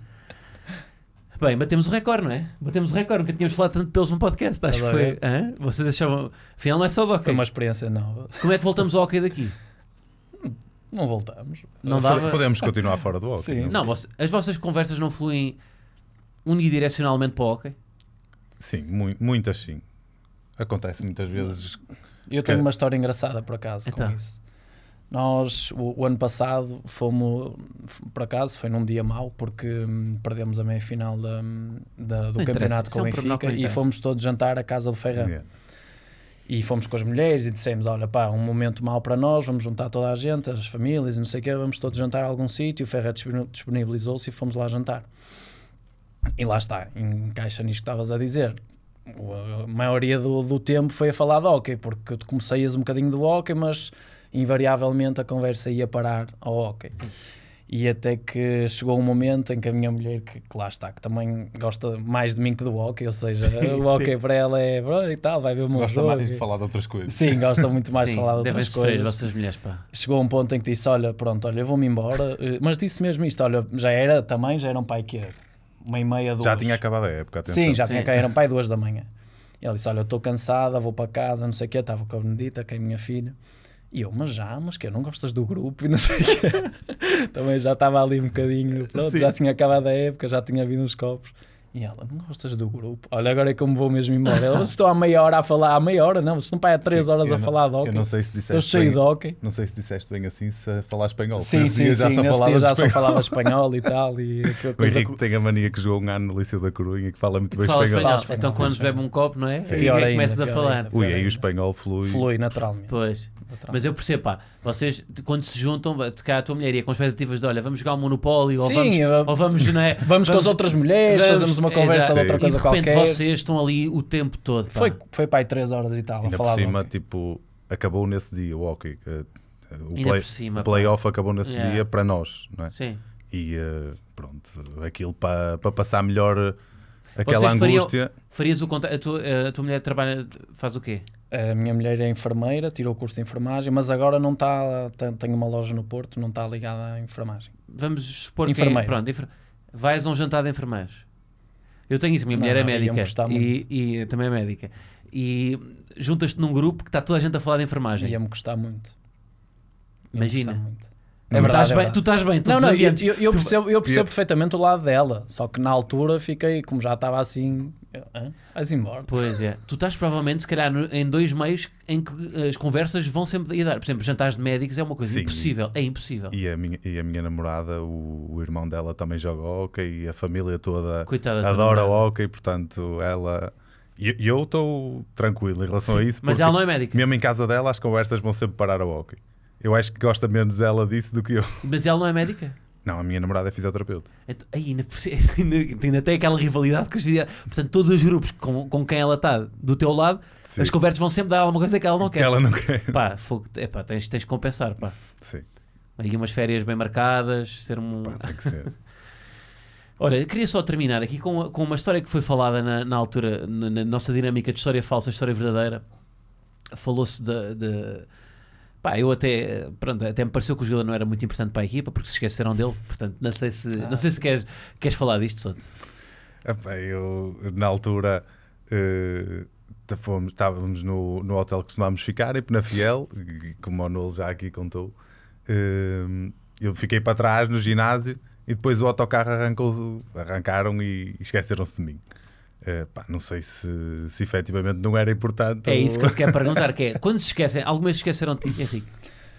Bem, batemos o recorde, não é? Batemos o recorde, nunca tínhamos falado tanto de pelos num podcast. Acho que Estás a foi. ver? Hã? Vocês achavam. Afinal, não é só do Foi hockey. uma experiência nova. Como é que voltamos ao hockey daqui? Não voltamos. Não Pode- dava. Podemos continuar fora do hockey. Sim. não Não, sei. voce- as vossas conversas não fluem unidirecionalmente para o hockey? Sim, mu- muitas sim. Acontece muitas vezes. Eu tenho Que- uma história engraçada por acaso Então. com isso. Nós, o, o ano passado, fomos, f- por acaso, foi num dia mau, porque hum, perdemos a meia-final da, da- do Não interessa, campeonato isso com o é um pormenor que Benfica não e interessa. fomos todos jantar à casa do Ferrão. Yeah. E fomos com as mulheres e dissemos, olha pá, um momento mau para nós, vamos juntar toda a gente, as famílias e não sei o quê, vamos todos jantar a algum sítio. O Ferreira disponi- disponibilizou-se e fomos lá jantar. E lá está, encaixa nisto que estavas a dizer. O- A maioria do, do tempo foi a falar de hóquei, porque tu comeceias um bocadinho do hóquei, mas invariavelmente a conversa ia parar ao hóquei. E até que chegou um momento em que a minha mulher, que, que lá está, que também gosta mais de mim que do hóquei, ou seja, Sim, o hóquei para ela é "Bro, e tal, vai ver o meu Gosta jogo." mais de falar de outras coisas. Sim, gosta muito mais Sim, de falar de devem outras sofrer as coisas. vossas mulheres, pá. Chegou a um ponto em que disse, olha, pronto, olha, eu vou-me embora. Eh, Mas disse mesmo isto, olha, já era, também já eram pai que uma e meia, duas. Já tinha acabado a época, atenção. Sim, já Sim. tinha cá, eram pai duas da manhã. E ela disse, olha, eu estou cansada, vou para casa, não sei o quê, estava com a Benedita, que é a minha filha. E eu, mas já, mas que não gostas do grupo e não sei o quê. Também já estava ali um bocadinho, pronto, Sim. já tinha acabado a época, já tinha havido uns copos. E ela, não gostas do grupo? Olha, agora é que eu me vou mesmo embora. Ela, vocês estão há meia hora a falar, há meia hora não, vocês estão para aí há três Sim, horas eu a não- falar de Eu hóquei. não sei se Estou disseste cheio bem, de hóquei. não sei se disseste bem assim, se a falar espanhol. Sim, Nesse sim, dia sim, já só nesse falavas dia já só espanhol. falava espanhol e tal. E aquela O coisa Henrique tem a mania que jogou um ano no Liceu da Corunha que fala muito bem Fala espanhol. espanhol. espanhol. Então Sim, quando sim. bebe um copo, não é? Sim. E Pior aí ainda, começas a pior falar. ainda. Ui, aí o espanhol flui. flui naturalmente. Pois. naturalmente. Mas eu percebo, pá, vocês quando se juntam, se cá a tua mulher ia com expectativas de olha, vamos jogar um Monopólio, ou Sim, vamos, eu- ou vamos, não é? Vamos, com as outras mulheres, vamos- fazemos uma conversa exato. de outra Sim. coisa E de repente qualquer. vocês estão ali o tempo todo. Pá. Foi, foi para aí três horas e tal. A Ainda falar por de cima, hóquei. tipo, acabou nesse dia o hockey. eh, eh, O, Ainda play, por cima, o playoff acabou nesse Yeah. dia para nós, não é? Sim. E eh, pronto, aquilo para para passar melhor eh, aquela Vocês fariam- angústia. Farias o contato. A tua, a tua mulher trabalha, faz o quê? A minha mulher é enfermeira, tirou o curso de enfermagem, mas agora não está, tem, tem uma loja no Porto, não está ligada à enfermagem. Vamos supor que. Enfermeira. Pronto, enfer... vais a um jantar de enfermeiros. Eu tenho isso, minha Não, mulher é não, ia-me médica gostar e, e também é médica. E juntas-te num grupo que está toda a gente a falar de enfermagem. Ia-me gostar muito. Ia-me Imagina. gostar muito. Tu É verdade, estás é bem, verdade. tu estás bem, Não, todos não, os eu, ambientes. eu, eu Tu- percebo, eu percebo Yeah. perfeitamente o lado dela, só que na altura fiquei, como já estava assim, eu, hã? Vais embora. Pois é. Tu estás provavelmente, se calhar, no- em dois meios em que as conversas vão sempre dar. Por exemplo, jantares de médicos é uma coisa Sim. impossível. É impossível. E a minha, e a minha namorada, o, o irmão dela também joga hóquei e a família toda Coitada da adora tua namorada. hóquei, portanto ela. E e eu estou tranquilo em relação Sim, a isso, mas porque ela não é médica. mesmo em casa dela as conversas vão sempre parar ao hóquei. Eu acho que gosta menos ela disso do que eu. Mas ela não é médica. Não, a minha namorada é fisioterapeuta. Então, aí, ainda, por si- ainda, ainda tem aquela rivalidade com os vídeos. Portanto, todos os grupos com, com quem ela está do teu lado, Sim. as conversas vão sempre dar alguma coisa que ela não Que quer. ela não quer. Pá, fogo, epá, tens, tens que compensar. Pá. Sim, Aí umas férias bem marcadas, ser um. pá, tem que ser. Olha, eu queria só terminar aqui com, com uma história que foi falada na, na altura, na, na nossa dinâmica de história falsa, história verdadeira. Falou-se de, de- Pá, eu até, pronto, até me pareceu que o jogador não era muito importante para a equipa, porque se esqueceram dele, portanto, não sei se, Ah, não sei se queres, queres falar disto, Soto. Epá, eu, na altura, eh, tá- fomos- estávamos no, no hotel que costumávamos ficar, em Penafiel, e como o Manuel já aqui contou. eh, eu fiquei para trás no ginásio e depois o autocarro arrancou, arrancaram e esqueceram-se de mim. Eh, pá, não sei se, se efetivamente não era importante. É ou- isso que eu te quero perguntar, que é, quando se esquecem, alguma vez se esqueceram de ti, Henrique?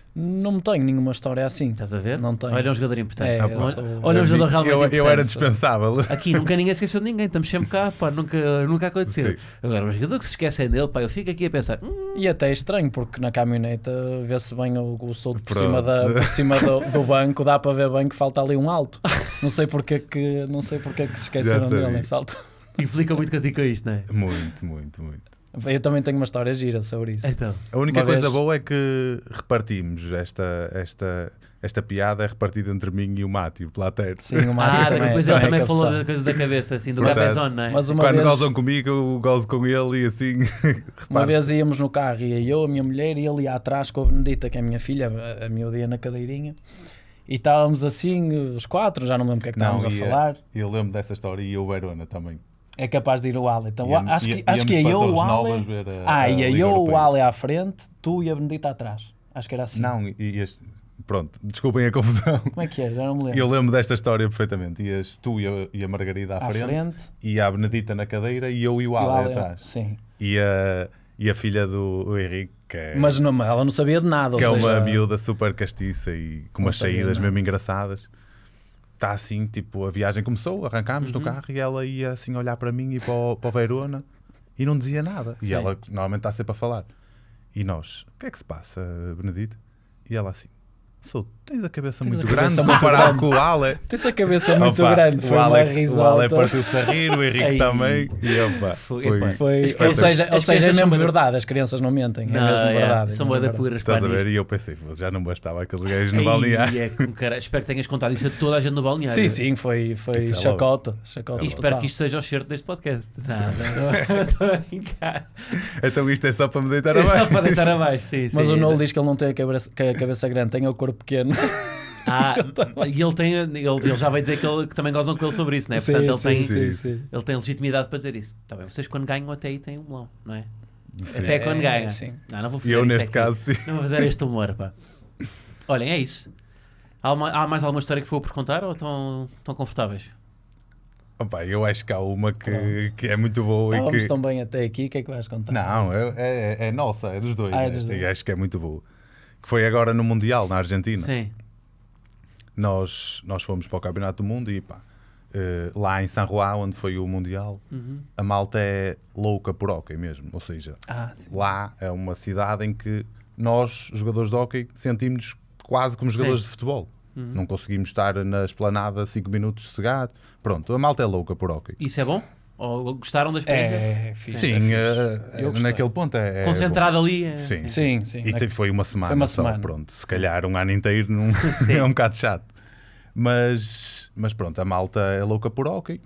Não tenho nenhuma história assim. Estás a ver? Não tenho. Olha, é um jogador importante. É, Ah, eu pá. sou- Olha, um jogador realmente eu, eu importante. era dispensável. Aqui nunca ninguém esqueceu de ninguém, estamos sempre cá, pá, nunca, nunca aconteceu. Sim. Agora, um jogador que se esquecem dele, pá, eu fico aqui a pensar, hum, E até é estranho, porque na caminhoneta vê-se bem o, o solto por Pronto. cima, da, por cima do, do banco, dá para ver bem que falta ali um alto. Não sei porque que, não sei porque que se esqueceram Já sabia. dele nesse alto. implica muito contigo com isto, não é? Muito, muito, muito. Eu também tenho uma história gira sobre isso. Então, A única Uma coisa vez- boa é que repartimos esta, esta, esta piada é repartida entre mim e o Mati, o Plater. Sim, o Mário ah, também, depois ele também é também falou cabeção. da coisa da cabeça, assim, do Verdade. cabezón, não é? Mas uma Quando vez, gozam comigo, eu gozo com ele e assim. uma reparte. vez íamos no carro, ia eu, a minha mulher, e ele ia atrás com a Benedita, que é a minha filha, a, a miudinha na cadeirinha. E estávamos assim, os quatro, já não lembro o que é que Não, estávamos a ia- falar. Eu lembro dessa história e o Verona também. É capaz de ir o Ale. Então, Íamos- acho, que, ia- acho que ia íamos eu, para o Torres Ale. Novas ver a- Ah, a ia Liga eu, o Europeia. Ale à frente, tu e a Benedita atrás. Acho que era assim. Não, e este... pronto, desculpem a confusão. Como é que é? Já não me lembro. Eu lembro desta história perfeitamente. Ias tu e a, e a Margarida à, à frente, frente, e a Benedita na cadeira e eu e o e o Ale Ale atrás. Sim. E a, e a filha do o Henrique, que é, Mas não, ela não sabia de nada. que é ou seja, uma miúda super castiça e com Não umas sabia saídas nada. mesmo engraçadas. Está assim, tipo, a viagem começou, arrancámos Uhum. no carro e ela ia assim olhar para mim e para o, para o Verona e não dizia nada. E Sim. ela normalmente está sempre a falar. E nós, o que é que se passa, Benedito? E ela assim, sou, tens a cabeça Tens a muito cabeça grande muito comparado grande." com o Ale. Tens a cabeça muito Opa, grande. o Foi uma Ale- O Ale risota. partiu-se a rir, o Henrique Ei. também. E opa, Foi- foi, epá. Foi, As ou crianças- seja, ou as seja, é crianças mesmo são bué- verdade. As crianças não mentem. É Não, mesmo é, verdade. são é bué mesmo da puras, Estás pá, a ver? nisto. E eu pensei, "Pô, já não bastava aqueles gajos no balneário." Ei, é com cara- espero que tenhas contado isso a toda a gente no balneário. Sim, sim, foi, foi Isso é chacota. chacota E espero total. que isto seja o certo deste podcast. Nada, estou a brincar. Então isto é só para me deitar É só abaixo. para deitar abaixo, sim, Mas sim, o Noel exato. diz que ele não tem a cabeça, que a cabeça grande, tem o corpo pequeno. Ah, e ele tem, ele, ele já vai dizer que, ele, que também gozam com ele sobre isso, né? Portanto, ele, sim, tem, sim, Sim. sim. ele tem legitimidade para dizer isso. Tá bem, vocês quando ganham até aí têm um melão, não é? Sim. Até quando É, ganha. sim. Não, não vou E fazer eu isto neste aqui. caso, sim. Não vou fazer este humor, pá. Olhem, é isso. Há, uma- há mais alguma história que for por contar ou estão, estão confortáveis? Opa, eu acho que há uma que, Pronto. que é muito boa e Estávamos que... tão bem até aqui, o que é que vais contar? Não, é, é, é nossa, é dos dois. Ah, é esta, dos dois. e acho que é muito boa. Que foi agora no Mundial, na Argentina. Sim. Nós, nós fomos para o Campeonato do Mundo e pá, eh, lá em San Juan, onde foi o Mundial, Uhum. a malta é louca por hóquei mesmo. Ou seja, Ah, sim. lá é uma cidade em que nós, jogadores de hóquei, sentimos quase como jogadores Sim. de futebol. Uhum. Não conseguimos estar na esplanada cinco minutos sossegados. Pronto, a malta é louca por hóquei. Isso é bom? Ou gostaram da experiência? É, fixe, Sim, é fixe. eh, Eu gostei. naquele ponto é. é Concentrado ali? É... Sim. Sim, sim. E te- foi uma semana Foi uma só, semana. pronto. Se calhar um ano inteiro não Sim. é um bocado chato. Mas, mas pronto, a malta é louca por hóquei.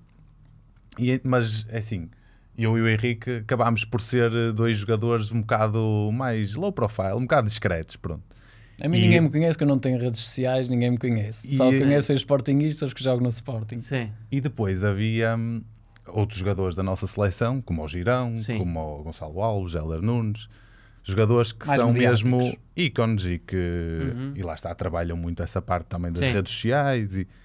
E, mas é assim, eu e o Henrique acabámos por ser dois jogadores um bocado mais low profile, um bocado discretos, pronto. A mim E- ninguém me conhece, que eu não tenho redes sociais, ninguém me conhece. Só E- conhecem os sportinguistas que jogam no Sporting. Sim. E depois havia hum, outros jogadores da nossa seleção, como o Girão, Sim. como o Gonçalo Alves, Heller Nunes, jogadores que Mais são mediáticos. mesmo ícones e que, Uhum. e lá está, trabalham muito essa parte também das Sim. redes sociais e,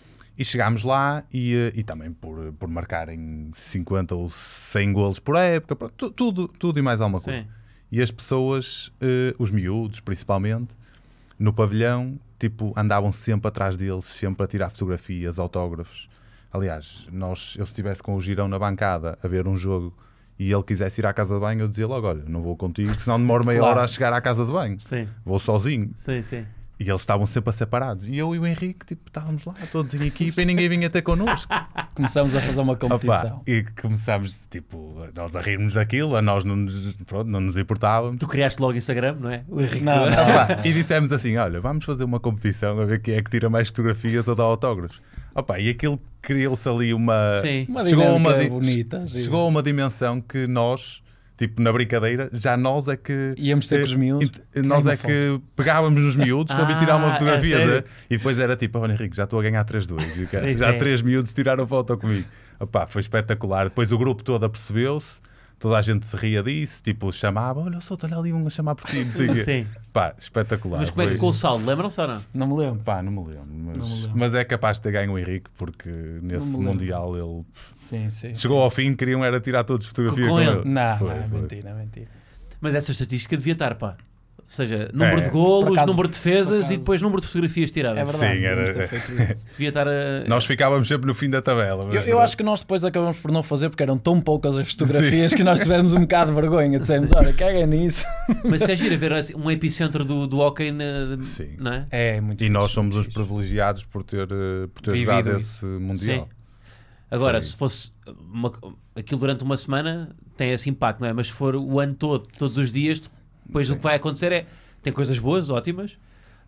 e chegámos lá e, eh, e também por, por marcarem cinquenta ou cem golos por época, pronto, tu- tudo, tudo e mais alguma coisa. Sim. E as pessoas, eh, os miúdos principalmente, no pavilhão, tipo, andavam sempre atrás deles, sempre a tirar fotografias, autógrafos. Aliás, nós, eu se estivesse com o Girão na bancada a ver um jogo e ele quisesse ir à casa de banho, eu dizia logo, olha, não vou contigo, senão demoro meia Claro. hora a chegar à casa de banho. Sim. Vou sozinho. Sim, sim. E eles estavam sempre a separados. E eu e o Henrique, tipo, estávamos lá, todos em equipa e ninguém vinha ter connosco. Começamos a fazer uma competição. Opa, e começámos, tipo, nós a rirmos daquilo, a nós não nos, pronto, não nos importávamos. Tu criaste logo Instagram, não é? O Henrique. Não, não. Opa, e dissemos assim, olha, vamos fazer uma competição a ver quem é que tira mais fotografias ou dá autógrafos. Opa, e aquilo criou-se ali uma... Sim. Uma chegou a uma, dinâmica di- bonita, gira. chegou a uma dimensão que nós, tipo, na brincadeira, já nós é que... Íamos ter com os miúdos. eh, Nós uma é que pegávamos nos miúdos para vir Ah, tirar uma é fotografia. sério? né? E depois era tipo, olha Henrique, já estou a ganhar três dois. E, cara, Sim, já sim. três miúdos tiraram foto comigo. Opa, foi espetacular. Depois o grupo todo apercebeu-se, toda a gente se ria disso, tipo, chamava, olha, eu sou olha ali um a chamar por ti. Não sei o quê. Sim. Pá, espetacular. Mas como é que Foi- ficou o saldo? Lembram-se ou não? Não me lembro. Pá, não me lembro. Mas, Não me lembro. mas é capaz de ter ganho o Henrique, porque nesse me lembro. Mundial ele Sim, sim. chegou ao fim, queriam era tirar todos fotografias Com com, ele? ele. Não, Foi, não, foi. mentira, mentira. Mas essa estatística devia estar, pá. Ou seja, número É. de golos, Por acaso- número de defesas por acaso- e depois número de fotografias tiradas. É verdade, Sim, era- devíamos ter feito isso. Devia estar a... Nós ficávamos sempre no fim da tabela. Eu, mas eu acho que nós depois acabamos por não fazer porque eram tão poucas as fotografias que nós tivemos um bocado de vergonha. Dissemos, olha, caga nisso. Mas se é giro ver assim, um epicentro do, do hockey, na, Sim. não é? É, muito E fixe, nós somos muito uns fixe. privilegiados por ter, eh, por ter Vivido jogado isso. esse Mundial. Sim. Agora, Foi. se fosse uma, aquilo durante uma semana, tem esse impacto, não é? Mas se for o ano todo, todos os dias, depois Sim. o que vai acontecer é, tem coisas boas, ótimas,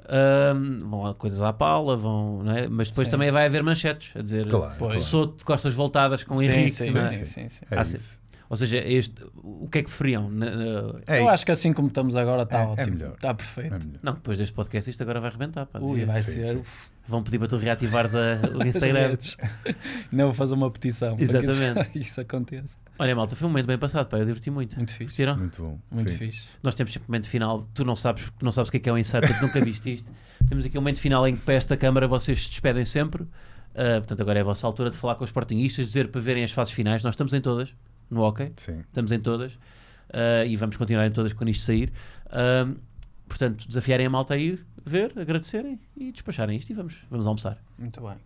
ahm, vão lá coisas à pala, vão, não é? Mas depois Sim. também vai haver manchetes, a dizer, Claro, Pois. claro. sou de costas voltadas com o Sim, Henrique, sim, não é? sim, sim, sim. É Ah, isso. Ou seja, este, o que é que preferiam? Na- na- É, Eu acho que assim como estamos agora está É- é ótimo. melhor. Está perfeito. é melhor. Não, depois deste podcast isto agora vai arrebentar, pá, Ui, dizia. vai Sim, ser. sim. uf, Vão pedir para tu reativares a, o as Instagram. redes. Não vou fazer uma petição. para que isso- Exatamente. Isso, aconteça. Olha, malta, foi um momento bem passado, pá, eu diverti muito. Muito fixe. Curtiram? Muito bom. Muito Sim. fixe. Nós temos sempre um momento final, tu não sabes, tu não sabes o que é que é o insight, porque nunca viste isto. Temos aqui um momento final em que para esta câmara vocês se despedem sempre. Uh, portanto, agora é a vossa altura de falar com os sportinguistas, dizer para verem as fases finais. Nós estamos em todas, no hockey, Sim. estamos em todas. Uh, e vamos continuar em todas quando isto sair. Uh, portanto, desafiarem a malta a ir, ver, agradecerem e despacharem isto e vamos, vamos almoçar. Muito bem.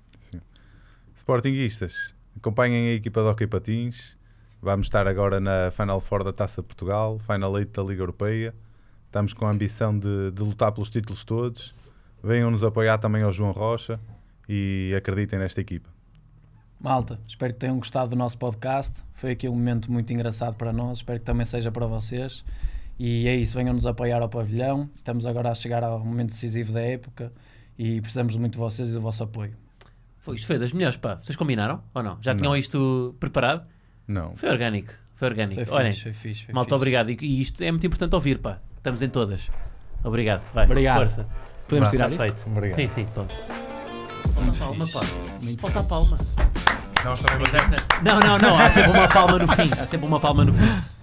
Sportinguistas, acompanhem a equipa de Hockey Patins. Vamos estar agora na Final Four da Taça de Portugal, Final oito da Liga Europeia. Estamos com a ambição de, de lutar pelos títulos todos. Venham nos apoiar também ao João Rocha e acreditem nesta equipa. Malta, espero que tenham gostado do nosso podcast. Foi aqui um momento muito engraçado para nós. Espero que também seja para vocês. E é isso, venham nos apoiar ao pavilhão. Estamos agora a chegar ao momento decisivo da época e precisamos muito de vocês e do vosso apoio. Foi, isto foi das melhores, pá. Vocês combinaram ou não? Já tinham Não. isto preparado? Não. Foi orgânico, foi orgânico. Foi Olhem, fixe, foi fixe. Foi malta, fixe. obrigado. E, e isto é muito importante ouvir, pá. Estamos em todas. Obrigado. Vai, Obrigado. força. Podemos Vá, tirar Está isto? feito. Obrigado. Sim, sim, pode. Muito Falta a palma, fixe. pá. Muito Falta a fixe. palma. Nós também Não, não, não. Há sempre uma palma no fim. Há sempre uma palma no fim.